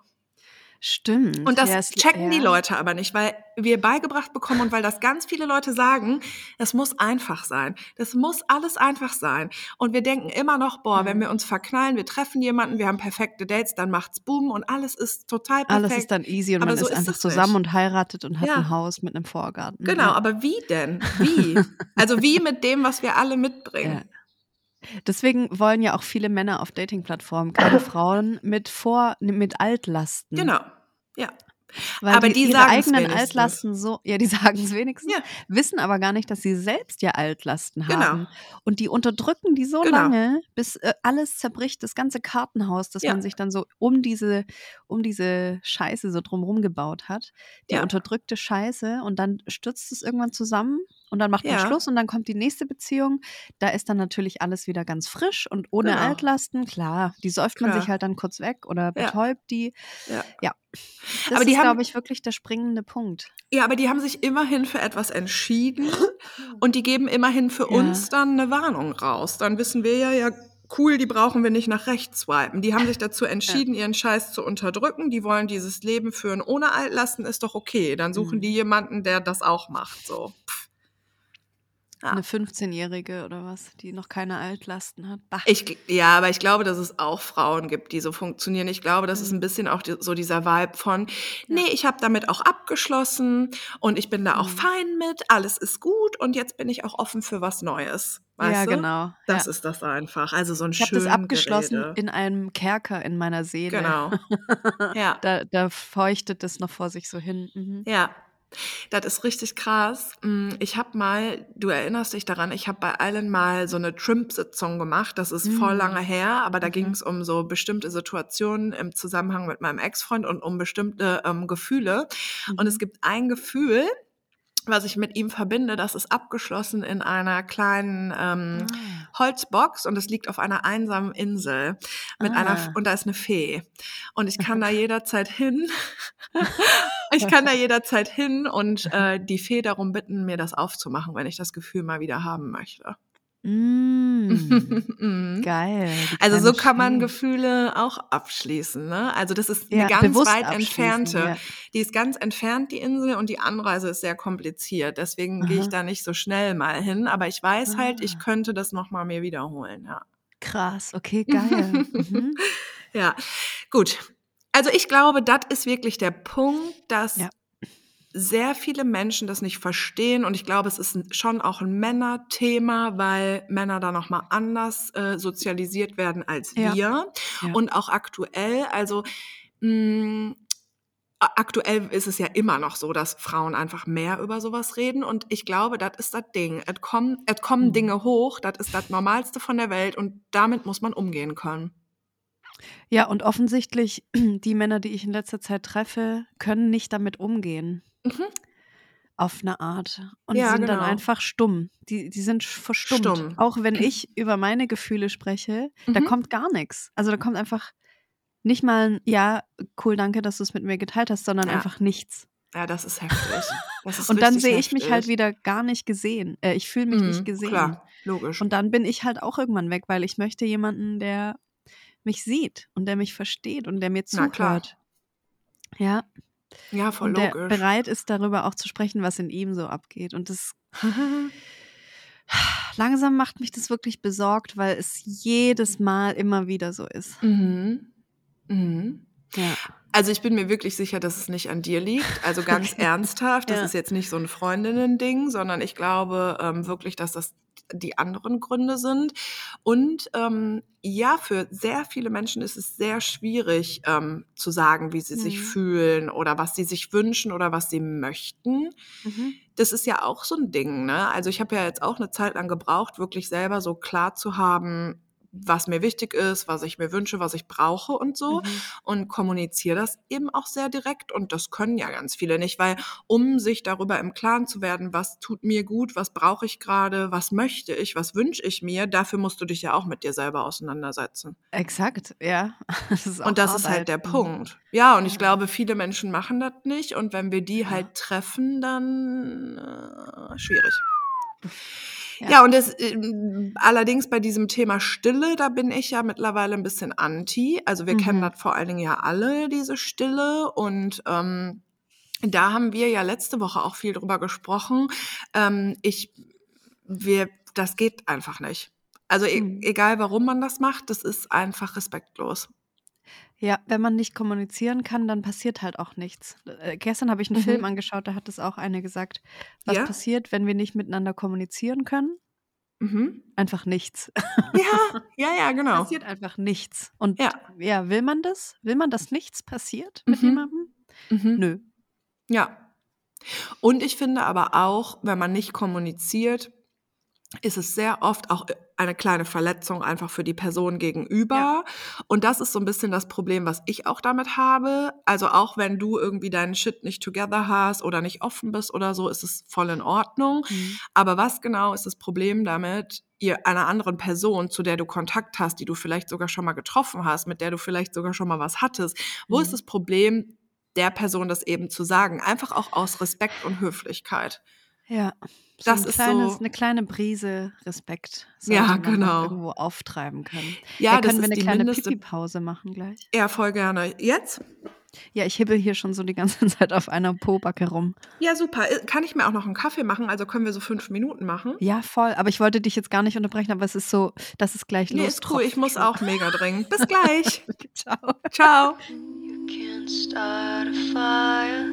Stimmt. Und das Ja, es, checken die ja. Leute aber nicht, weil wir beigebracht bekommen und weil das ganz viele Leute sagen, das muss einfach sein. Das muss alles einfach sein. Und wir denken immer noch, boah, wenn Mhm. wir uns verknallen, wir treffen jemanden, wir haben perfekte Dates, dann macht's boom und alles ist total Alles ist perfekt. dann easy und Aber man so ist ist einfach es zusammen nicht. und heiratet und hat ein Ja, Haus mit einem Vorgarten. genau. Ja. Aber wie denn? Wie? Also wie mit dem, was wir alle Ja. mitbringen? Deswegen wollen ja auch viele Männer auf Dating-Plattformen keine Frauen mit Vor mit Altlasten. Genau. Ja. Weil Aber die die ihre sagen es eigenen wenigstens. Altlasten so, ja, die sagen es wenigstens, Ja, wissen aber gar nicht, dass sie selbst ja Altlasten genau. haben. Und die unterdrücken die so Genau. lange, bis äh, alles zerbricht, das ganze Kartenhaus, das Ja. man sich dann so um diese, um diese Scheiße so drumherum gebaut hat. Die Ja. unterdrückte Scheiße und dann stürzt es irgendwann zusammen und dann macht man Ja. Schluss und dann kommt die nächste Beziehung. Da ist dann natürlich alles wieder ganz frisch und ohne Genau. Altlasten. Klar, die säuft man sich Klar. halt dann kurz weg oder Ja. betäubt die. Ja. Ja, das Aber die ist, haben, glaube ich, wirklich der springende Punkt. ja, aber die haben sich immerhin für etwas entschieden und die geben immerhin für uns Ja, dann eine Warnung raus. Dann wissen wir ja, ja, cool, die brauchen wir nicht nach rechts swipen. Die haben sich dazu ja. entschieden, ihren Scheiß zu unterdrücken. Die wollen dieses Leben führen ohne Altlasten, ist doch okay. Dann suchen die Mhm. jemanden, der das auch macht. So. Pff. Eine Ja. fünfzehnjährige oder was, die noch keine Altlasten hat. Bah. Ich, gl- ja, aber ich glaube, dass es auch Frauen gibt, die so funktionieren. Ich glaube, das ist ein Mhm. bisschen auch die, so dieser Vibe von, Ja. nee, ich habe damit auch abgeschlossen und ich bin da auch Mhm. fein mit, alles ist gut und jetzt bin ich auch offen für was Neues. Ja, Weißt du? genau. Das Ja. ist das einfach. Also so ein Ich habe das schön abgeschlossen Gerede. in einem Kerker in meiner Seele. Genau. Ja, Da, da feuchtet es noch vor sich so hin. Mhm. ja. Das ist richtig krass. Mm, Ich habe mal, du erinnerst dich daran, ich habe bei allen mal so eine Trimp-Sitzung gemacht. Das ist voll lange Mhm. her, aber da ging Mhm. es um so bestimmte Situationen im Zusammenhang mit meinem Ex-Freund und um bestimmte ähm, Gefühle. Und es Mhm. gibt ein Gefühl, was ich mit ihm verbinde, das ist abgeschlossen in einer kleinen ähm, Ah. Holzbox und es liegt auf einer einsamen Insel mit einer Ah. und da ist eine Fee und ich kann da jederzeit hin. Ich kann da jederzeit hin und äh, die Fee darum bitten, mir das aufzumachen, wenn ich das Gefühl mal wieder haben möchte. Mm. Mhm. Geil. Die Also so kleine kann man Fee. Gefühle auch abschließen, ne? Also das ist eine Ja, ganz bewusst weit abschließen. entfernte. Ja. Die ist ganz entfernt, die Insel, und die Anreise ist sehr kompliziert. Deswegen gehe ich Aha. da nicht so schnell mal hin. Aber ich weiß halt, ich Ah. könnte das noch mal mir wiederholen, ja. Krass, okay, geil. Mhm. Ja, gut. Also ich glaube, das ist wirklich der Punkt, dass Ja. sehr viele Menschen das nicht verstehen und ich glaube, es ist 'n schon auch ein Männerthema, weil Männer da noch mal anders, äh, sozialisiert werden als Ja. wir. Ja. Und auch aktuell, also, hm, a aktuell ist es ja immer noch so, dass Frauen einfach mehr über sowas reden und ich glaube, das ist das Ding. Es kommen es kommen Mhm. Dinge hoch, das ist das Normalste von der Welt und damit muss man umgehen können. Ja, und offensichtlich die Männer, die ich in letzter Zeit treffe, können nicht damit umgehen. Mhm. Auf 'ne Art und Ja, sind dann genau. einfach stumm. Die die sind sch verstummt. Stumm. Auch wenn ich über meine Gefühle spreche, da Mhm. kommt gar nix. Also, da kommt einfach nicht mal 'n „Ja, cool, danke, dass du's mit mir geteilt hast“, sondern Ja. einfach nichts. Ja, das ist heftig. Das ist Und dann richtig sehe ich mich halt heftig. wieder gar nicht gesehen. Äh, ich fühle mich nicht Mhm, gesehen. klar, logisch. Und dann bin ich halt auch irgendwann weg, weil ich möchte jemanden, der mich sieht und der mich versteht und der mir Na klar. zuhört. Ja. Ja, voll Und der logisch. bereit ist, darüber auch zu sprechen, was in ihm so abgeht. Und das langsam macht mich das wirklich besorgt, weil es jedes Mal immer wieder so ist. Mhm. Mhm. Ja. Also, ich bin mir wirklich sicher, dass es nicht an dir liegt. Also, ganz Okay. ernsthaft, das Ja. ist jetzt nicht so 'n Freundinnen-Ding, sondern ich glaube, ähm, wirklich, dass das die anderen Gründe sind. Und, ähm, ja, für sehr viele Menschen ist es sehr schwierig, ähm, zu sagen, wie sie sich Mhm. fühlen oder was sie sich wünschen oder was sie möchten. Mhm. Das ist ja auch so 'n Ding, ne? Also, ich habe ja jetzt auch 'ne Zeit lang gebraucht, wirklich selber so klar zu haben, was mir wichtig ist, was ich mir wünsche, was ich brauche und so Mhm. und kommuniziere das eben auch sehr direkt und das können ja ganz viele nicht, weil um sich darüber im Klaren zu werden, was tut mir gut, was brauche ich grade, was möchte ich, was wünsche ich mir, dafür musst du dich ja auch mit dir selber auseinandersetzen. Exakt, ja. Das ist auch Und das ist halt Arbeit. der Mhm. Punkt. Ja, und ich Ja. glaube, viele Menschen machen das nicht und wenn wir die Ja. halt treffen, dann, äh, schwierig. Ja. Ja, und das, ähm, allerdings bei diesem Thema Stille, da bin ich ja mittlerweile 'n bisschen anti. Also, wir kennen Mhm. das vor allen Dingen ja alle, diese Stille und, ähm, da haben wir ja letzte Woche auch viel drüber gesprochen. Ähm, ich wir das geht einfach nicht. Also, e Mhm. egal warum man das macht, das ist einfach respektlos. Ja, wenn man nicht kommunizieren kann, dann passiert halt auch nichts. Äh, gestern habe ich 'n Film Mhm. angeschaut, da hat das auch eine gesagt. Was Ja? passiert, wenn wir nicht miteinander kommunizieren können? Mhm. Einfach nichts. Ja, ja, ja, genau. Passiert einfach nichts. Und Ja. ja, will man das? Will man, dass nichts passiert mit Mhm. jemandem? Mhm. Nö. Ja. Und ich finde aber auch, wenn man nicht kommuniziert, ist es sehr oft auch, äh, eine kleine Verletzung einfach für die Person Ja. gegenüber. Und das ist so 'n bisschen das Problem, was ich auch damit habe. Also, auch wenn du irgendwie deinen Shit nicht together hast oder nicht offen bist oder so, ist es voll in Ordnung. Mhm. Aber was genau ist das Problem damit, ihr einer anderen Person, zu der du Kontakt hast, die du vielleicht sogar schon mal getroffen hast, mit der du vielleicht sogar schon mal was hattest wo ist Mhm. das Problem, der Person das eben zu sagen? Einfach auch aus Respekt und Höflichkeit. Ja, so Das 'n ist kleines so 'ne kleine Prise Respekt Ja, sollte man noch genau. irgendwo auftreiben können. Ja, Ja, das können wir ist 'ne die kleine mindeste Pipi-Pause machen gleich? Ja, voll gerne. Jetzt? Ja, ich hibbel hier schon so die ganze Zeit auf einer Pobacke rum. Ja, super. Äh, kann ich mir auch noch 'n Kaffee machen? Also, können wir so fünf Minuten machen? Ja, voll. Aber ich wollte dich jetzt gar nicht unterbrechen, aber es ist so, dass es gleich Ne, ist cool. Ich lostropft muss schon. auch mega dringend. Bis gleich. Tschau. Tschau. You can't start a fire.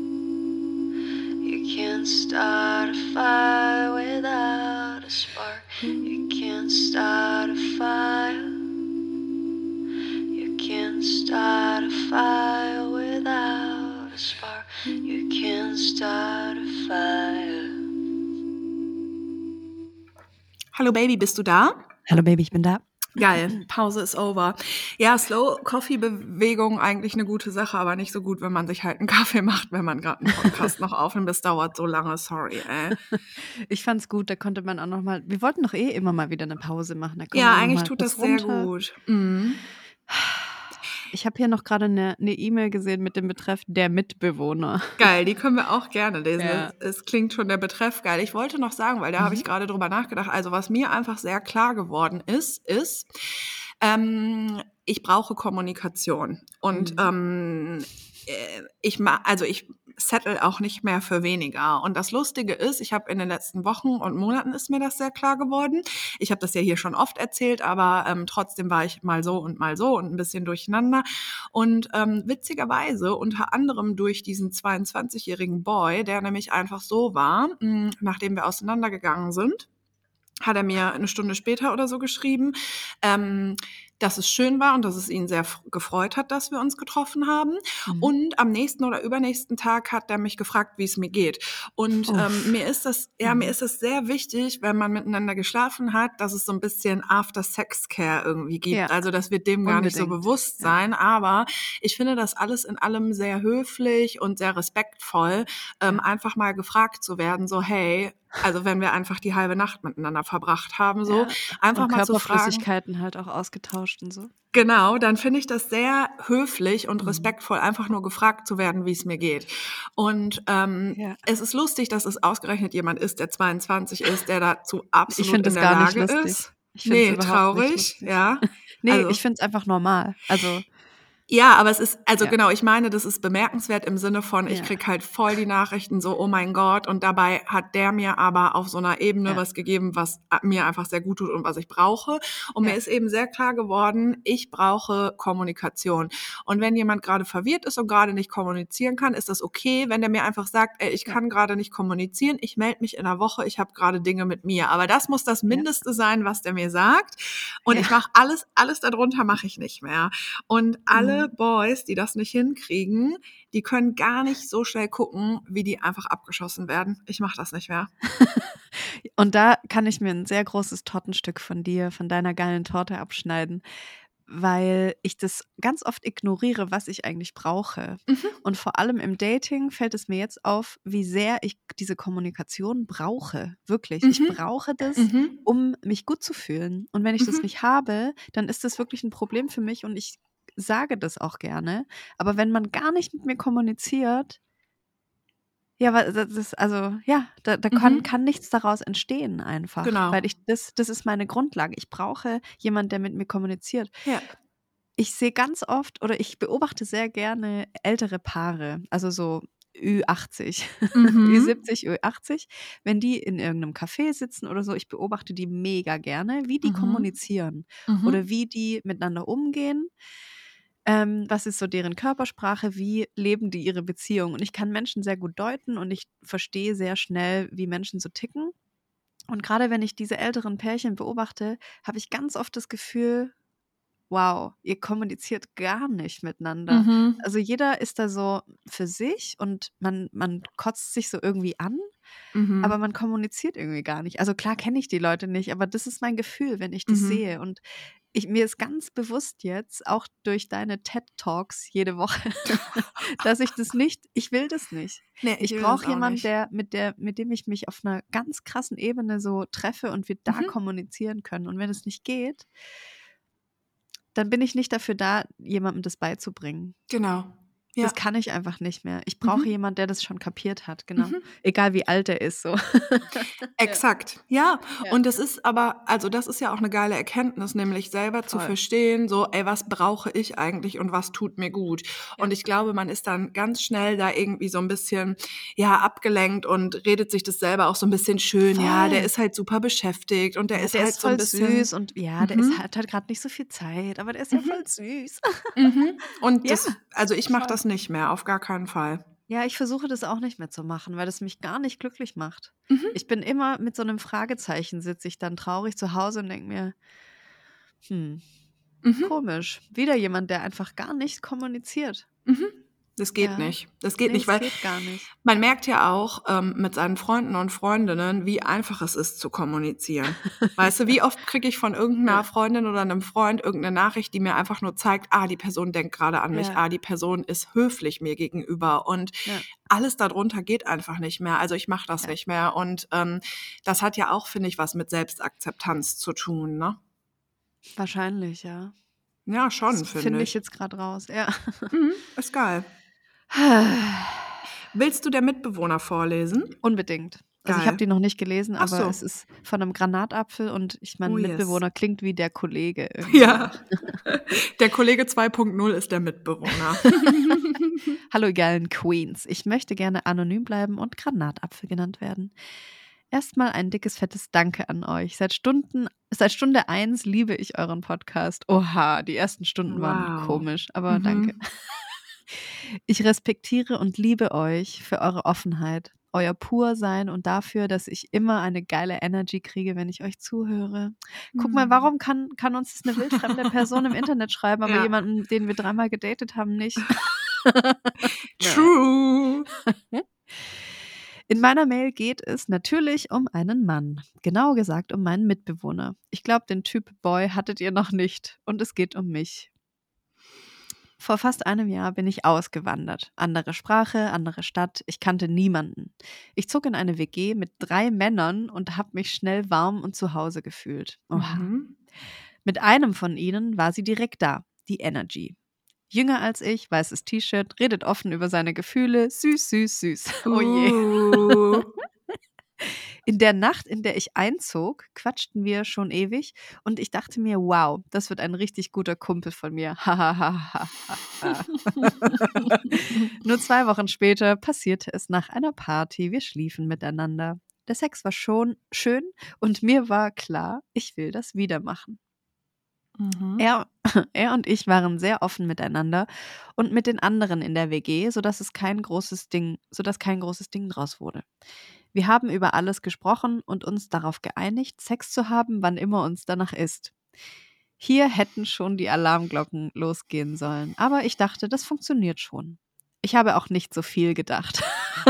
You can't start a fire without a spark. You can't start a fire. You can't start a fire without a spark. You can't start a fire. Hallo Baby, bist du da? Hallo Baby, ich bin da. Geil, Pause ist over. Ja, Slow-Coffee-Bewegung eigentlich eine gute Sache, aber nicht so gut, wenn man sich halt einen Kaffee macht, wenn man gerade einen Podcast noch aufnimmt. Das dauert so lange, sorry, ey. Ich fand's gut, da konnte man auch noch mal wir wollten doch eh immer mal wieder eine Pause machen, da kommt Ja, man noch eigentlich mal tut kurz das sehr runter. gut. Mhm. Ich habe hier noch gerade eine ne E-Mail gesehen mit dem Betreff „Der Mitbewohner". Geil, die können wir auch gerne lesen. Ja. Es, es klingt schon der Betreff geil. Ich wollte noch sagen, weil da habe ich Mhm. gerade drüber nachgedacht, also was mir einfach sehr klar geworden ist, ist, ähm, ich brauche Kommunikation. Und Mhm. ähm, äh, ich ma also ich settle auch nicht mehr für weniger. Und das Lustige ist, ich habe in den letzten Wochen und Monaten ist mir das sehr klar geworden. Ich habe das ja hier schon oft erzählt, aber ähm, trotzdem war ich mal so und mal so und ein bisschen durcheinander. Und ähm, witzigerweise, unter anderem durch diesen zweiundzwanzigjährigen Boy, der nämlich einfach so war, mh, nachdem wir auseinandergegangen sind, hat er mir eine Stunde später oder so geschrieben, ähm, dass es schön war und dass es ihn sehr f- gefreut hat, dass wir uns getroffen haben. Mhm. Und am nächsten oder übernächsten Tag hat er mich gefragt, wie es mir geht. Und ähm, Uff. mir ist das, ja, mir Mhm. ist das sehr wichtig, wenn man miteinander geschlafen hat, dass es so ein bisschen After-Sex-Care irgendwie gibt. Ja, Also das wird dem gar nicht so unbedingt. bewusst Ja. sein, aber ich finde das alles in allem sehr höflich und sehr respektvoll, ähm, Ja. einfach mal gefragt zu werden, so hey, also wenn wir einfach die halbe Nacht miteinander verbracht haben, so Ja. einfach Und mal zu fragen, Körperflüssigkeiten halt auch ausgetauscht und so. genau, dann finde ich das sehr höflich und Mhm. respektvoll, einfach nur gefragt zu werden, wie es mir geht. Und ähm, Ja. es ist lustig, dass es ausgerechnet jemand ist, der zweiundzwanzig ist, der dazu Ich absolut finde in das der gar nicht Lage lustig. ist. Ich finde es Nee, überhaupt nicht traurig, lustig. ja. Ne, Also ich finde es einfach normal. Also, ja, aber es ist, also ja, genau, ich meine, das ist bemerkenswert im Sinne von, ich ja, krieg halt voll die Nachrichten so, oh mein Gott, und dabei hat der mir aber auf so einer Ebene ja, was gegeben, was mir einfach sehr gut tut und was ich brauche. Und mir ja, ist eben sehr klar geworden, ich brauche Kommunikation. Und wenn jemand gerade verwirrt ist und gerade nicht kommunizieren kann, ist das okay, wenn der mir einfach sagt, ey, ich ja, kann gerade nicht kommunizieren, ich melde mich in einer Woche, ich habe gerade Dinge mit mir. Aber das muss das ja, Mindeste sein, was der mir sagt. Und ja. ich mache alles, alles darunter mache ich nicht mehr. Und alle Mhm. Boys, die das nicht hinkriegen, die können gar nicht so schnell gucken, wie die einfach abgeschossen werden. Ich mache das nicht mehr. Und da kann ich mir ein sehr großes Tortenstück von dir, von deiner geilen Torte abschneiden, weil ich das ganz oft ignoriere, was ich eigentlich brauche. Mhm, Und vor allem im Dating fällt es mir jetzt auf, wie sehr ich diese Kommunikation brauche. Wirklich. Ich mhm, brauche das, mhm, um mich gut zu fühlen. Und wenn ich das mhm, nicht habe, dann ist das wirklich ein Problem für mich und ich sage das auch gerne. Aber wenn man gar nicht mit mir kommuniziert, ja, weil das ist also, ja, da da kann mhm. kann nichts daraus entstehen einfach, weil Genau. ich das das ist meine Grundlage. Ich brauche jemand, der mit mir kommuniziert. Ja. Ich sehe ganz oft oder ich beobachte sehr gerne ältere Paare, also so Ü achtzig, Ü Mhm, siebzig, Ü achtzig, wenn die in irgendeinem Café sitzen oder so, ich beobachte die mega gerne, wie die mhm, kommunizieren oder mhm, wie die miteinander umgehen. Ähm, was ist so deren Körpersprache? Wie leben die ihre Beziehung? Und ich kann Menschen sehr gut deuten und ich verstehe sehr schnell, wie Menschen so ticken. Und gerade wenn ich diese älteren Pärchen beobachte, habe ich ganz oft das Gefühl, wow, ihr kommuniziert gar nicht miteinander. mhm, Also jeder ist da so für sich und man, man kotzt sich so irgendwie an, aber mhm, man kommuniziert irgendwie gar nicht. Also klar kenne ich die Leute nicht, aber das ist mein Gefühl, wenn ich das mhm. sehe. Und ich, mir ist ganz bewusst jetzt, auch durch deine TED Talks jede Woche, dass ich das nicht, ich will das nicht. Nee, ich Ich will das brauche auch jemanden, nicht. der, mit der, mit dem ich mich auf einer ganz krassen Ebene so treffe und wir da Mhm, kommunizieren können. Und wenn es nicht geht, dann bin ich nicht dafür da, jemandem das beizubringen. genau. Das Ja. kann ich einfach nicht mehr. Ich brauche Mhm, jemanden, der das schon kapiert hat, genau. mhm. Egal wie alt er ist, so. Ja, Exakt, ja. ja, Und das ist aber, also das ist ja auch eine geile Erkenntnis, nämlich selber zu voll. verstehen, so: „Ey, was brauche ich eigentlich und was tut mir gut?“ Ja, Und ich glaube, man ist dann ganz schnell da irgendwie so ein bisschen, ja, abgelenkt und redet sich das selber auch so ein bisschen schön: „Ja, der voll. ist halt super beschäftigt und der Ja, ist der halt ist so ein voll bisschen“, süß und ja, der ist mhm, hat halt grad nicht so viel Zeit, aber der ist ja mhm, voll süß. mhm. Und Ja, das, also, ich mache voll. das nicht mehr, auf gar keinen Fall. Ja, ich versuche das auch nicht mehr zu machen, weil das mich gar nicht glücklich macht. Mhm, Ich bin immer mit so 'nem Fragezeichen sitze ich dann traurig zu Hause und denke mir: „Hm, mhm, komisch, wieder jemand, der einfach gar nicht kommuniziert." mhm. Das geht Ja. nicht. Das geht Nee, nicht, es weil geht gar nicht. man merkt ja auch ähm, mit seinen Freunden und Freundinnen, wie einfach es ist zu kommunizieren. Weißt du, wie oft kriege ich von irgendeiner Ja. Freundin oder einem Freund irgendeine Nachricht, die mir einfach nur zeigt, ah, die Person denkt gerade an mich, Ja. ah, die Person ist höflich mir gegenüber und Ja. alles darunter geht einfach nicht mehr. Also ich mache das Ja. nicht mehr und ähm, das hat ja auch, finde ich, was mit Selbstakzeptanz zu tun, ne? Wahrscheinlich, ja. Ja, schon, Das finde finde ich ich. jetzt gerade raus. Ja. Mhm, ist geil. Willst du der Mitbewohner vorlesen? Unbedingt. Also ich habe Geil. die noch nicht gelesen, Ach aber so. es ist von einem Granatapfel und ich meine, Oh yes. Mitbewohner klingt wie der Kollege irgendwie. Ja. Der Kollege zwei Punkt null ist der Mitbewohner. Hallo, geilen Queens. Ich möchte gerne anonym bleiben und Granatapfel genannt werden. Erstmal ein dickes, fettes Danke an euch. Seit Stunden, seit Stunde eins liebe ich euren Podcast. Oha, die ersten Stunden waren Wow. komisch, aber Mhm. danke. Ich respektiere und liebe euch für eure Offenheit, euer Pursein und dafür, dass ich immer eine geile Energy kriege, wenn ich euch zuhöre. Guck mal, Hm. warum kann, kann uns das eine wildfremde Person im Internet schreiben, aber Ja. jemanden, den wir dreimal gedatet haben, nicht? True. In meiner Mail geht es natürlich um einen Mann. Genau gesagt um meinen Mitbewohner. Ich glaube, den Typ Boy hattet ihr noch nicht. Und es geht um mich. Vor fast einem Jahr bin ich ausgewandert. Andere Sprache, andere Stadt. Ich kannte niemanden. Ich zog in eine W G mit drei Männern und habe mich schnell warm und zu Hause gefühlt. Oha. Mhm. Mit einem von ihnen war sie direkt da, die Energy. Jünger als ich, weißes T-Shirt, redet offen über seine Gefühle. Süß, süß, süß. Oh je. Uh. In der Nacht, in der ich einzog, quatschten wir schon ewig und ich dachte mir, wow, das wird ein richtig guter Kumpel von mir. Nur zwei Wochen später passierte es nach einer Party. Wir schliefen miteinander. Der Sex war schon schön und mir war klar, ich will das wieder machen. Mhm. Er, er und ich waren sehr offen miteinander und mit den anderen in der W G, sodass es kein großes Ding, sodass kein großes Ding draus wurde. Wir haben über alles gesprochen und uns darauf geeinigt, Sex zu haben, wann immer uns danach ist. Hier hätten schon die Alarmglocken losgehen sollen, aber ich dachte, das funktioniert schon. Ich habe auch nicht so viel gedacht.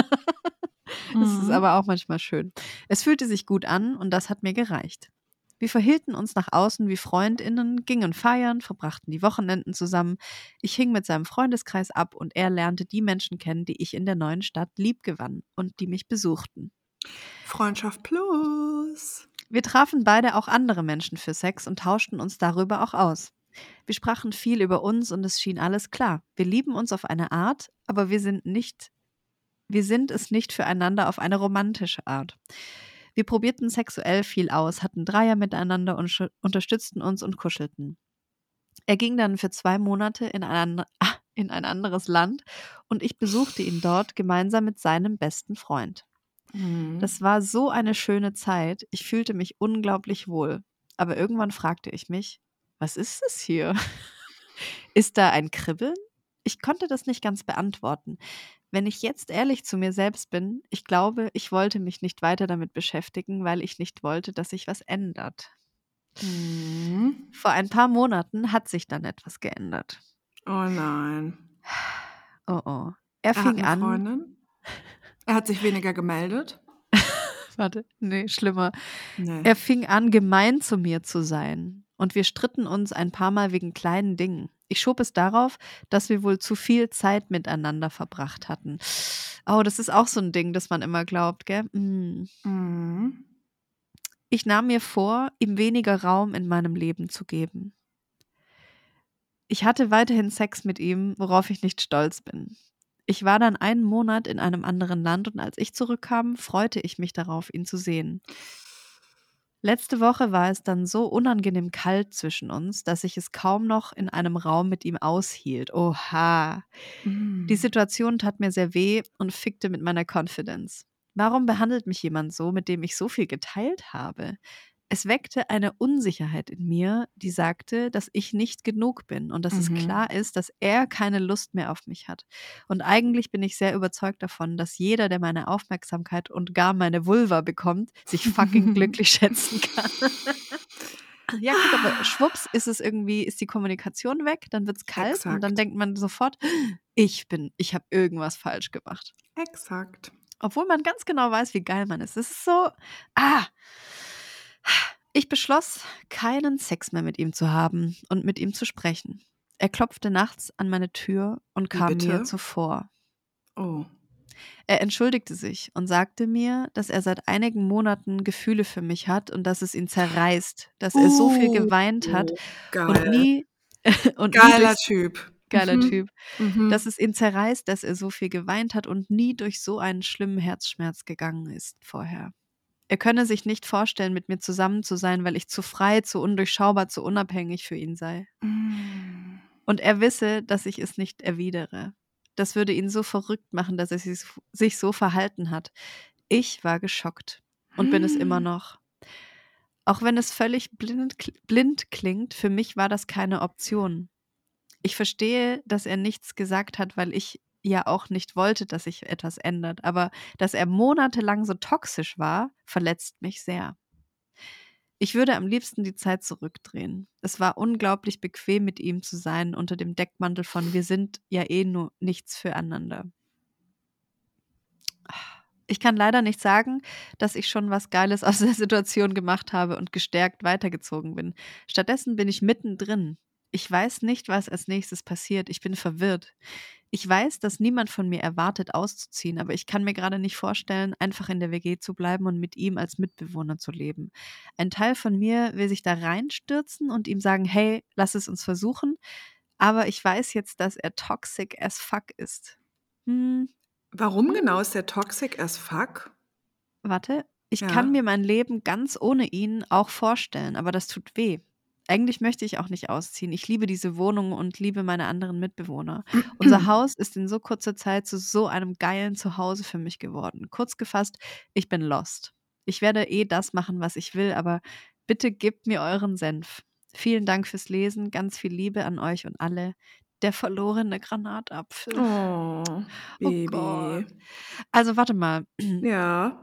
Das ist Mhm. aber auch manchmal schön. Es fühlte sich gut an und das hat mir gereicht. Wir verhielten uns nach außen wie FreundInnen, gingen feiern, verbrachten die Wochenenden zusammen. Ich hing mit seinem Freundeskreis ab und er lernte die Menschen kennen, die ich in der neuen Stadt liebgewann und die mich besuchten. Freundschaft plus. Wir trafen beide auch andere Menschen für Sex und tauschten uns darüber auch aus. Wir sprachen viel über uns und es schien alles klar. Wir lieben uns auf eine Art, aber wir sind nicht, wir sind es nicht füreinander auf eine romantische Art. Wir probierten sexuell viel aus, hatten Dreier miteinander und sch- unterstützten uns und kuschelten. Er ging dann für zwei Monate in ein, ah, in ein anderes Land und ich besuchte ihn dort gemeinsam mit seinem besten Freund. Mhm. Das war so eine schöne Zeit. Ich fühlte mich unglaublich wohl. Aber irgendwann fragte ich mich, was ist es hier? Ist da ein Kribbeln? Ich konnte das nicht ganz beantworten. Wenn ich jetzt ehrlich zu mir selbst bin, ich glaube, ich wollte mich nicht weiter damit beschäftigen, weil ich nicht wollte, dass sich was ändert. Mhm. Vor ein paar Monaten hat sich dann etwas geändert. Oh nein. Oh oh. Er Er hat fing eine an. Freundin. Er hat sich weniger gemeldet. Warte, nee, schlimmer. Nee. Er fing an, gemein zu mir zu sein. Und wir stritten uns ein paar Mal wegen kleinen Dingen. Ich schob es darauf, dass wir wohl zu viel Zeit miteinander verbracht hatten. Oh, das ist auch so ein Ding, das man immer glaubt, gell? Mm. Mhm. Ich nahm mir vor, ihm weniger Raum in meinem Leben zu geben. Ich hatte weiterhin Sex mit ihm, worauf ich nicht stolz bin. Ich war dann einen Monat in einem anderen Land und als ich zurückkam, freute ich mich darauf, ihn zu sehen. Letzte Woche war es dann so unangenehm kalt zwischen uns, dass ich es kaum noch in einem Raum mit ihm aushielt. Oha. Mhm. Die Situation tat mir sehr weh und fickte mit meiner Confidence. Warum behandelt mich jemand so, mit dem ich so viel geteilt habe? Es weckte eine Unsicherheit in mir, die sagte, dass ich nicht genug bin und dass es Mhm. klar ist, dass er keine Lust mehr auf mich hat. Und eigentlich bin ich sehr überzeugt davon, dass jeder, der meine Aufmerksamkeit und gar meine Vulva bekommt, sich fucking glücklich schätzen kann. Ja, guck, aber schwupps ist es irgendwie, ist die Kommunikation weg, dann wird's kalt und dann Exakt. denkt man sofort, ich bin, ich habe irgendwas falsch gemacht. Exakt. Obwohl man ganz genau weiß, wie geil man ist. Es ist so, ah. Ich beschloss, keinen Sex mehr mit ihm zu haben und mit ihm zu sprechen. Er klopfte nachts an meine Tür und Wie kam mir bitte? zuvor. Oh. Er entschuldigte sich und sagte mir, dass er seit einigen Monaten Gefühle für mich hat und dass es ihn zerreißt, dass er so viel Uh, geweint hat und geil. nie und nie Geiler durch Typ. geiler Mhm. Typ, Mhm. dass es ihn zerreißt, dass er so viel geweint hat und nie durch so einen schlimmen Herzschmerz gegangen ist vorher. Er könne sich nicht vorstellen, mit mir zusammen zu sein, weil ich zu frei, zu undurchschaubar, zu unabhängig für ihn sei. Mm. Und er wisse, dass ich es nicht erwidere. Das würde ihn so verrückt machen, dass er sich, sich so verhalten hat. Ich war geschockt und bin es immer noch. Auch wenn es völlig blind, blind klingt, für mich war das keine Option. Ich verstehe, dass er nichts gesagt hat, weil ich ja auch nicht wollte, dass sich etwas ändert. Aber dass er monatelang so toxisch war, verletzt mich sehr. Ich würde am liebsten die Zeit zurückdrehen. Es war unglaublich bequem, mit ihm zu sein, unter dem Deckmantel von wir sind ja eh nur nichts füreinander. Ich kann leider nicht sagen, dass ich schon was Geiles aus der Situation gemacht habe und gestärkt weitergezogen bin. Stattdessen bin ich mittendrin. Ich weiß nicht, was als nächstes passiert. Ich bin verwirrt. Ich weiß, dass niemand von mir erwartet, auszuziehen, aber ich kann mir gerade nicht vorstellen, einfach in der W G zu bleiben und mit ihm als Mitbewohner zu leben. Ein Teil von mir will sich da reinstürzen und ihm sagen, hey, lass es uns versuchen, aber ich weiß jetzt, dass er toxic as fuck ist. Hm, Warum hm, genau ist der toxic as fuck? warte, ich Ja. kann mir mein Leben ganz ohne ihn auch vorstellen, aber das tut weh. Eigentlich möchte ich auch nicht ausziehen. Ich liebe diese Wohnung und liebe meine anderen Mitbewohner. Unser Haus ist in so kurzer Zeit zu so einem geilen Zuhause für mich geworden. Kurz gefasst, ich bin lost. Ich werde eh das machen, was ich will, aber bitte gebt mir euren Senf. Vielen Dank fürs Lesen, ganz viel Liebe an euch und alle. Der verlorene Granatapfel. Oh, Oh Baby. Gott. Also warte mal. Ja.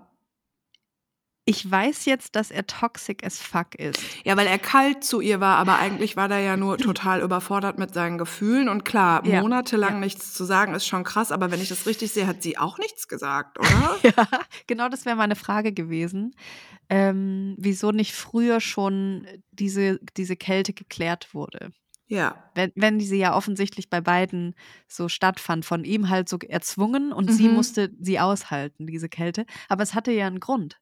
Ich weiß jetzt, dass er toxic as fuck ist. Ja, weil er kalt zu ihr war, aber eigentlich war er ja nur total überfordert mit seinen Gefühlen. Und klar, Ja, monatelang ja. nichts zu sagen, ist schon krass. Aber wenn ich das richtig sehe, hat sie auch nichts gesagt, oder? Ja, genau das wäre meine Frage gewesen. Ähm, wieso nicht früher schon diese, diese Kälte geklärt wurde? Ja. Wenn, wenn diese ja offensichtlich bei beiden so stattfand, von ihm halt so erzwungen und sie Mhm. musste sie aushalten, diese Kälte. Aber es hatte ja einen Grund.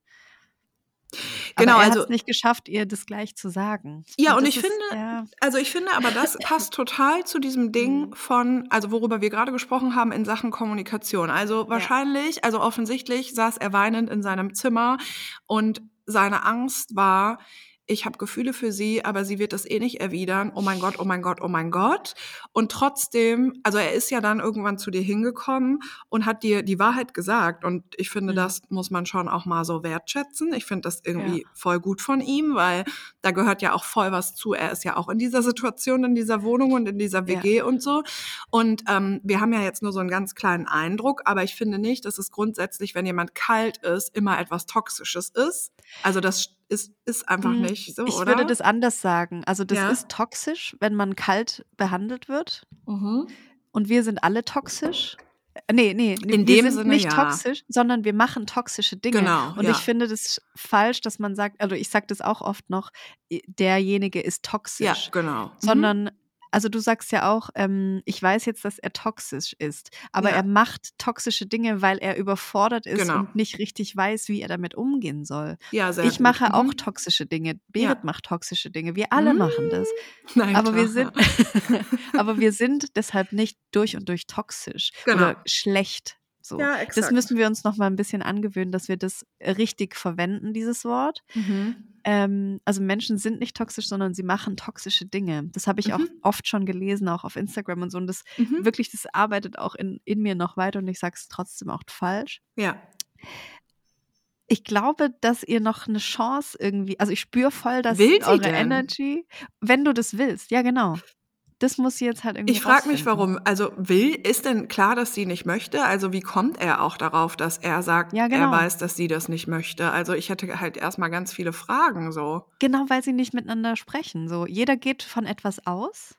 Aber Genau, er hat also es nicht geschafft, ihr das gleich zu sagen. ja, und das ich ist, finde, ja, also ich finde aber, das passt total zu diesem Ding Mhm. von, also worüber wir gerade gesprochen haben in Sachen Kommunikation. Also ja, wahrscheinlich, also offensichtlich saß er weinend in seinem Zimmer und seine Angst war, ich habe Gefühle für sie, aber sie wird das eh nicht erwidern. Oh mein Gott, oh mein Gott, oh mein Gott. Und trotzdem, also er ist ja dann irgendwann zu dir hingekommen und hat dir die Wahrheit gesagt. Und ich finde, Mhm. das muss man schon auch mal so wertschätzen. Ich finde das ja, irgendwie voll gut von ihm, weil da gehört ja auch voll was zu. Er ist ja auch in dieser Situation, in dieser Wohnung und in dieser W G ja. und so. Und ähm, wir haben ja jetzt nur so einen ganz kleinen Eindruck, aber ich finde nicht, dass es grundsätzlich, wenn jemand kalt ist, immer etwas Toxisches ist. Also das ist, ist einfach Mm, nicht so, Ich oder? würde das anders sagen. Also das Ja. ist toxisch, wenn man kalt behandelt wird. Mhm. Und wir sind alle toxisch. Äh, Nee, nee, nee, In wir dem sind Sinne, nicht ja. toxisch, sondern wir machen toxische Dinge. Genau, Und ja. ich finde das falsch, dass man sagt, also ich sage das auch oft noch, i- derjenige ist Ja, toxisch. genau. Mhm. Sondern, also du sagst ja auch, ähm, ich weiß jetzt, dass er toxisch ist, aber Ja. er macht toxische Dinge, weil er überfordert ist Genau. und nicht richtig weiß, wie er damit umgehen soll. Ja, sehr Ich gut. mache auch Mhm. toxische Dinge. Berit Ja. macht toxische Dinge. Wir alle machen das. Nein, Aber wir klar. sind, aber wir sind deshalb nicht durch und durch toxisch Genau. oder schlecht. So. Ja, Das exakt. müssen wir uns noch mal ein bisschen angewöhnen, dass wir das richtig verwenden, dieses Wort. Mhm. Ähm, also Menschen sind nicht toxisch, sondern sie machen toxische Dinge. Das habe ich auch Mhm. oft schon gelesen, auch auf Instagram und so. Und das Mhm. wirklich, das arbeitet auch in, in mir noch weiter und ich sage es trotzdem auch falsch. Ja. Ich glaube, dass ihr noch eine Chance irgendwie, also ich spüre voll, dass Will sie eure denn? Energy, wenn du das willst, ja genau. das muss sie jetzt halt irgendwie Ich frage mich, rausfinden. warum. Also will, ist denn klar, dass sie nicht möchte? Also wie kommt er auch darauf, dass er sagt, Ja, er genau. weiß, dass sie das nicht möchte? Also ich hätte halt erstmal ganz viele Fragen so. Genau, weil sie nicht miteinander sprechen. So, jeder geht von etwas aus.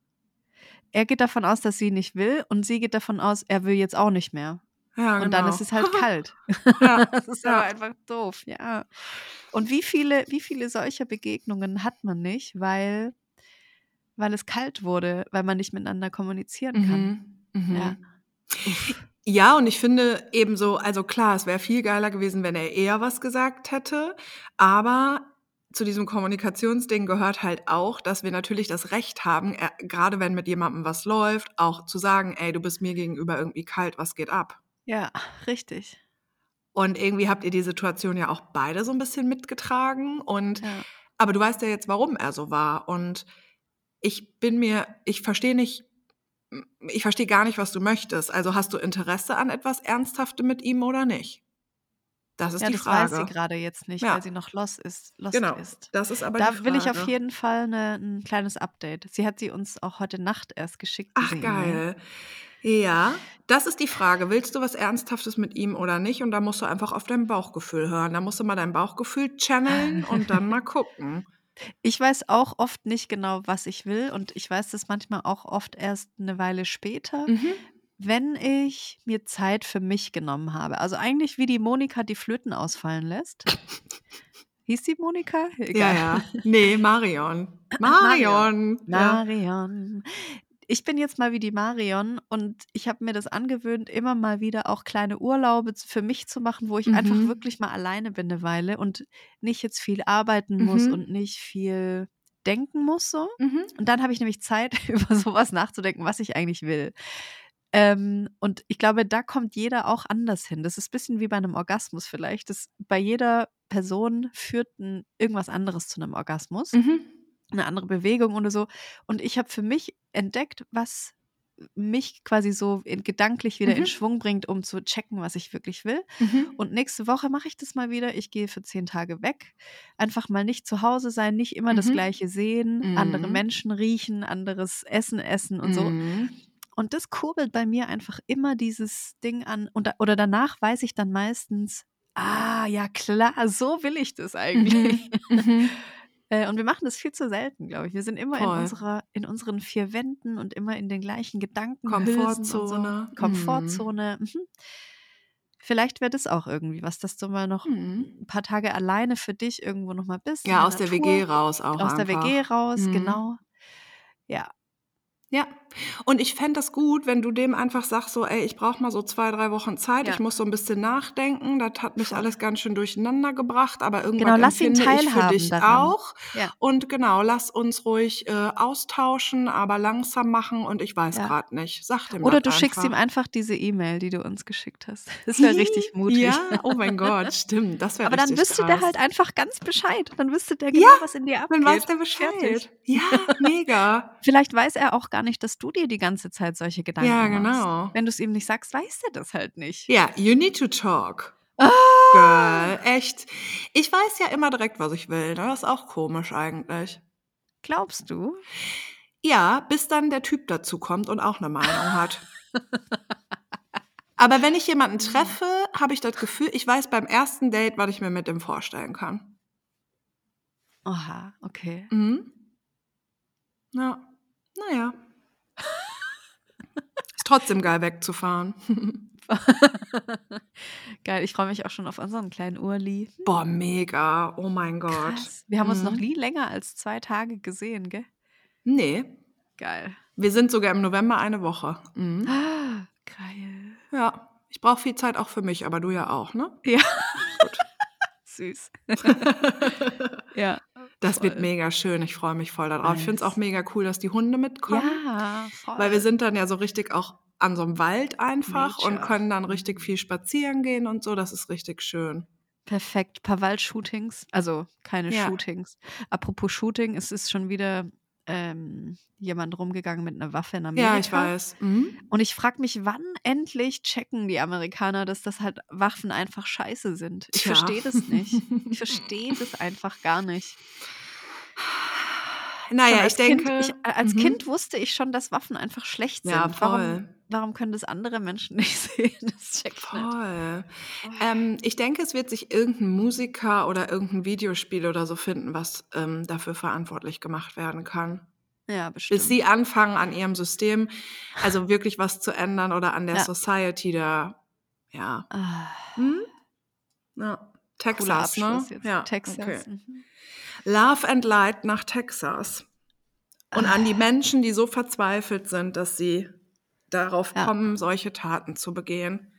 Er geht davon aus, dass sie nicht will, und sie geht davon aus, er will jetzt auch nicht mehr. Ja, Und dann genau. ist es halt kalt. Ja, Das ist ja. aber einfach doof, ja. Und wie viele, wie viele solcher Begegnungen hat man nicht, weil, weil es kalt wurde, weil man nicht miteinander kommunizieren kann. Mhm. Mhm. Ja. Uff. Ja, und ich finde ebenso, also klar, es wäre viel geiler gewesen, wenn er eher was gesagt hätte, aber zu diesem Kommunikationsding gehört halt auch, dass wir natürlich das Recht haben, er, gerade wenn mit jemandem was läuft, auch zu sagen, ey, du bist mir gegenüber irgendwie kalt, was geht ab? Ja, richtig. Und irgendwie habt ihr die Situation ja auch beide so ein bisschen mitgetragen. Und Ja. aber du weißt ja jetzt, warum er so war. Und ich bin mir, ich verstehe nicht, ich verstehe gar nicht, was du möchtest. Also hast du Interesse an etwas Ernsthaftem mit ihm oder nicht? Das ist Ja, die das weiß sie Frage. gerade jetzt nicht, Ja. weil sie noch lost ist. Lost Genau, ist. das ist aber die Da will ich auf Frage. jeden Fall ne, ein kleines Update. Sie hat sie uns auch heute Nacht erst geschickt, Ach, diese E-Mail. geil. Ja, das ist die Frage. Willst du was Ernsthaftes mit ihm oder nicht? Und da musst du einfach auf dein Bauchgefühl hören. Da musst du mal dein Bauchgefühl channeln und dann mal gucken. Ich weiß auch oft nicht genau, was ich will, und ich weiß das manchmal auch oft erst eine Weile später, Mhm. wenn ich mir Zeit für mich genommen habe. Also eigentlich wie die Monika, die Flöten ausfallen lässt. Hieß die Monika? Ja, Egal. ja. Nee, Marion. Marion. Marion. Ja. Marion. Ich bin jetzt mal wie die Marion, und ich habe mir das angewöhnt, immer mal wieder auch kleine Urlaube z- für mich zu machen, wo ich einfach Mhm. wirklich mal alleine bin eine Weile und nicht jetzt viel arbeiten muss Mhm. und nicht viel denken muss so. Mhm. Und dann habe ich nämlich Zeit, über sowas nachzudenken, was ich eigentlich will. Ähm, und ich glaube, da kommt jeder auch anders hin. Das ist ein bisschen wie bei einem Orgasmus vielleicht. Das, bei jeder Person führt ein, irgendwas anderes zu einem Orgasmus, Mhm. eine andere Bewegung oder so. Und ich habe für mich entdeckt, was mich quasi so in, gedanklich wieder in Mhm. Schwung bringt, um zu checken, was ich wirklich will. Mhm. Und nächste Woche mache ich das mal wieder. Ich gehe für zehn Tage weg. Einfach mal nicht zu Hause sein, nicht immer das Mhm. Gleiche sehen, andere Mhm. Menschen riechen, anderes Essen essen und so. Mhm. Und das kurbelt bei mir einfach immer dieses Ding an. Und da, oder danach weiß ich dann meistens, ah, ja klar, so will ich das eigentlich. Mhm. Mhm. Äh, Und wir machen das viel zu selten, glaube ich. Wir sind immer in Voll. unserer, in unseren vier Wänden und immer in den gleichen Gedankenhülsen und so. Komfortzone. Mhm. Komfortzone. Mhm. Vielleicht wäre das auch irgendwie was, dass du mal noch Mhm. ein paar Tage alleine für dich irgendwo noch mal bist, in Ja, der aus der W G Natur, raus auch aus der W G einfach. raus, Mhm. genau. Ja, Ja, und ich fände das gut, wenn du dem einfach sagst, so, ey, ich brauche mal so zwei, drei Wochen Zeit, ja, ich muss so ein bisschen nachdenken, das hat mich voll. alles ganz schön durcheinander gebracht, aber Genau, irgendwas lass ihn empfinde ich für teilhaben dich daran. auch. Ja, Und genau, lass uns ruhig äh, austauschen, aber langsam machen und ich weiß ja. gerade nicht. Sag dem Oder das du schickst ihm einfach. einfach diese E-Mail, die du uns geschickt hast. Das wäre richtig mutig. Ja, oh mein Gott, stimmt, das wäre Aber dann richtig wüsste der krass. halt einfach ganz Bescheid. Dann wüsste der Ja, genau, was in dir dann weiß abgeht. der Fertig. Bescheid. Ja, mega. Vielleicht weiß er auch gar nicht, dass du dir die ganze Zeit solche Ja, Gedanken machst. genau. Wenn du es ihm nicht sagst, weiß er das halt nicht. Ja, you need to talk. Ah, Girl, echt. Ich weiß ja immer direkt, was ich will. Ne? Das ist auch komisch eigentlich. glaubst du? Ja, bis dann der Typ dazu kommt und auch eine Meinung hat. Aber wenn ich jemanden treffe, habe ich das Gefühl, ich weiß beim ersten Date, was ich mir mit dem vorstellen kann. Oha, okay. Mhm. Ja, naja. Ist trotzdem geil wegzufahren. Geil, ich freue mich auch schon auf unseren kleinen Urli. Boah, mega. Oh mein Gott. Krass. Wir haben uns noch Mhm. nie länger als zwei Tage gesehen, gell? Nee, Geil. wir sind sogar im November eine Woche. Mhm. Ah, geil. Ja, ich brauche viel Zeit auch für mich, aber du ja auch, ne? Ja, Gut. süß. Ja, Das wird voll. mega schön. Ich freue mich voll darauf. Ich finde es auch Nice. mega cool, dass die Hunde mitkommen, Ja, weil wir voll. sind dann ja so richtig auch an so einem Wald einfach und Nature. können dann richtig Mhm. viel spazieren gehen und so. Das ist richtig schön. Perfekt. Paar Waldshootings, also keine Ja. Shootings. Apropos Shooting, es ist schon wieder ähm, jemand rumgegangen mit einer Waffe in Ja, ich Amerika. weiß. Mhm. Und ich frage mich, wann endlich checken die Amerikaner, dass das halt Waffen einfach scheiße sind. Ich Tja. verstehe das nicht. Ich verstehe das einfach gar nicht. naja, Schon als ich denke. Kind, ich, als mhm. Kind wusste ich schon, dass Waffen einfach schlecht sind. Ja, Warum, voll. warum können das andere Menschen nicht sehen? Das check ich nicht. Voll. Ähm, ich denke, es wird sich irgendein Musiker oder irgendein Videospiel oder so finden, was ähm, dafür verantwortlich gemacht werden kann. Ja, Bis bestimmt. sie anfangen, an ihrem System, also wirklich was zu ändern oder an der Ja. Society da, ja. Ah, Hm? Ja. cooler Texas, ne? Abschluss jetzt. Ja, Texas. okay. Mhm. Love and Light nach Texas. Und an die Menschen, die so verzweifelt sind, dass sie darauf Ja. kommen, solche Taten zu begehen.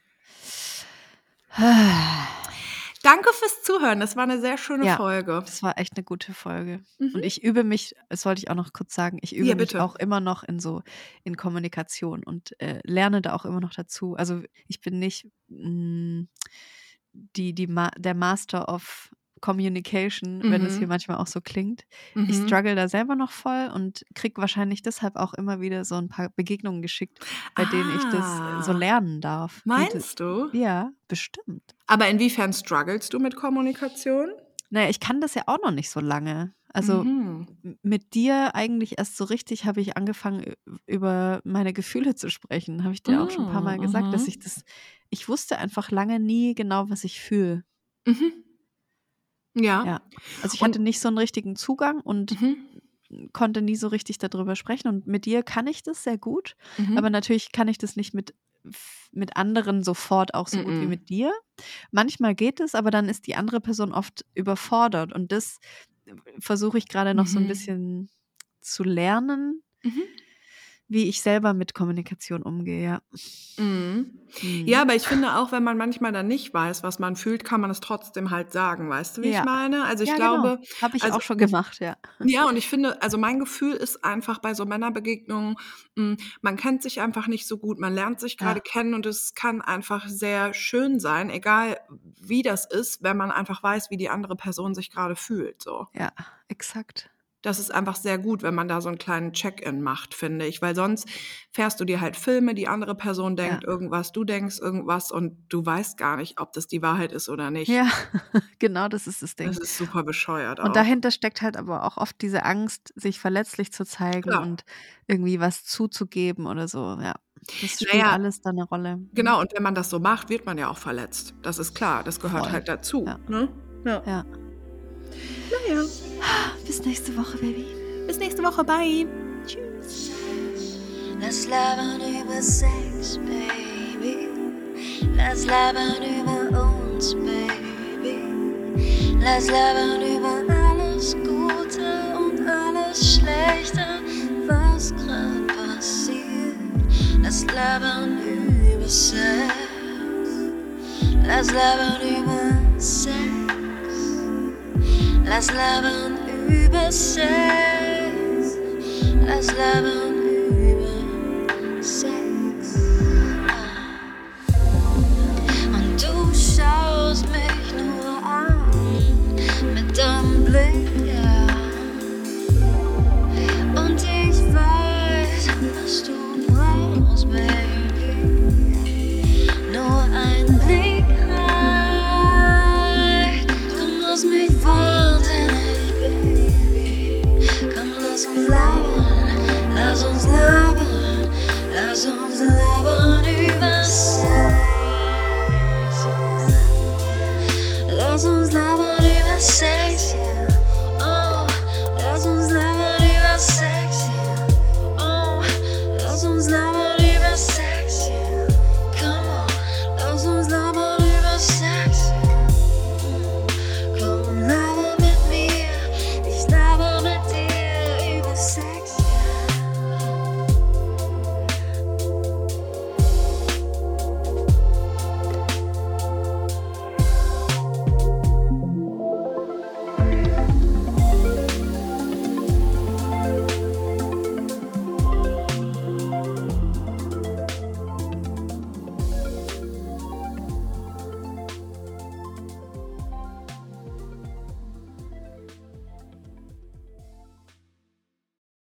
Danke fürs Zuhören. Das war eine sehr schöne Ja. Folge. Das war echt eine gute Folge. Mhm. Und ich übe mich, das wollte ich auch noch kurz sagen, ich übe Ja, mich bitte. auch immer noch in so in Kommunikation und äh, lerne da auch immer noch dazu. Also ich bin nicht mh, die, die Ma der Master of Communication, wenn es hier Mhm. manchmal auch so klingt. Ich Mhm. struggle da selber noch voll und krieg wahrscheinlich deshalb auch immer wieder so ein paar Begegnungen geschickt, bei denen ich das äh, so Ah, lernen darf. Wie das, meinst du? ja, bestimmt. Aber inwiefern strugglest du mit Kommunikation? Naja, ich kann das ja auch noch nicht so lange. Also Mhm. m- mit dir eigentlich erst so richtig habe ich angefangen, ü- über meine Gefühle zu sprechen. Habe ich dir auch schon ein paar Mal gesagt, dass Mhm. ich das, ich wusste einfach lange nie genau, was ich fühle. Mhm. Ja. Ja. Also ich hatte Und nicht so einen richtigen Zugang und mhm. konnte nie so richtig darüber sprechen. Und mit dir kann ich das sehr gut, aber Mhm. natürlich kann ich das nicht mit, mit anderen sofort auch so gut wie Mhm. mit dir. Manchmal geht es, aber dann ist die andere Person oft überfordert. Und das versuche ich gerade noch so ein Mhm. bisschen zu lernen, Mhm. wie ich selber mit Kommunikation umgehe. Ja. Mhm. Mhm. Ja, aber ich finde auch, wenn man manchmal dann nicht weiß, was man fühlt, kann man es trotzdem halt sagen. Weißt du, wie ich Ja. meine? Also ich Ja, genau. glaube, Habe ich also auch schon gemacht, ja. ja, und ich finde, also mein Gefühl ist einfach bei so Männerbegegnungen, mh, man kennt sich einfach nicht so gut, man lernt sich gerade Ja. kennen und es kann einfach sehr schön sein, egal wie das ist, wenn man einfach weiß, wie die andere Person sich gerade fühlt. So. Ja, exakt. Das ist einfach sehr gut, wenn man da so einen kleinen Check-in macht, finde ich, weil sonst fährst du dir halt Filme, die andere Person Ja. denkt irgendwas, du denkst irgendwas und du weißt gar nicht, ob das die Wahrheit ist oder nicht. Ja, genau, das ist das Ding. Das ist super bescheuert Und auch. dahinter steckt halt aber auch oft diese Angst, sich verletzlich zu zeigen Klar. und irgendwie was zuzugeben oder so. Ja, das spielt Naja, alles da eine Rolle. Mhm. genau, und wenn man das so macht, wird man ja auch verletzt. Das ist klar, das gehört Voll. halt dazu. Ja. Ne? Ja. Ja. Naja, Bis nächste Woche, Baby. bis nächste Woche. Bye. Tschüss. Lass labern über Sex, Baby. Lass labern über uns, Baby. Lass labern über alles Gute und alles Schlechte, was grad passiert. Lass labern über Sex. Lass labern über Sex. Lass labern über Sex. Lass labern über Sex. Und du schaust mich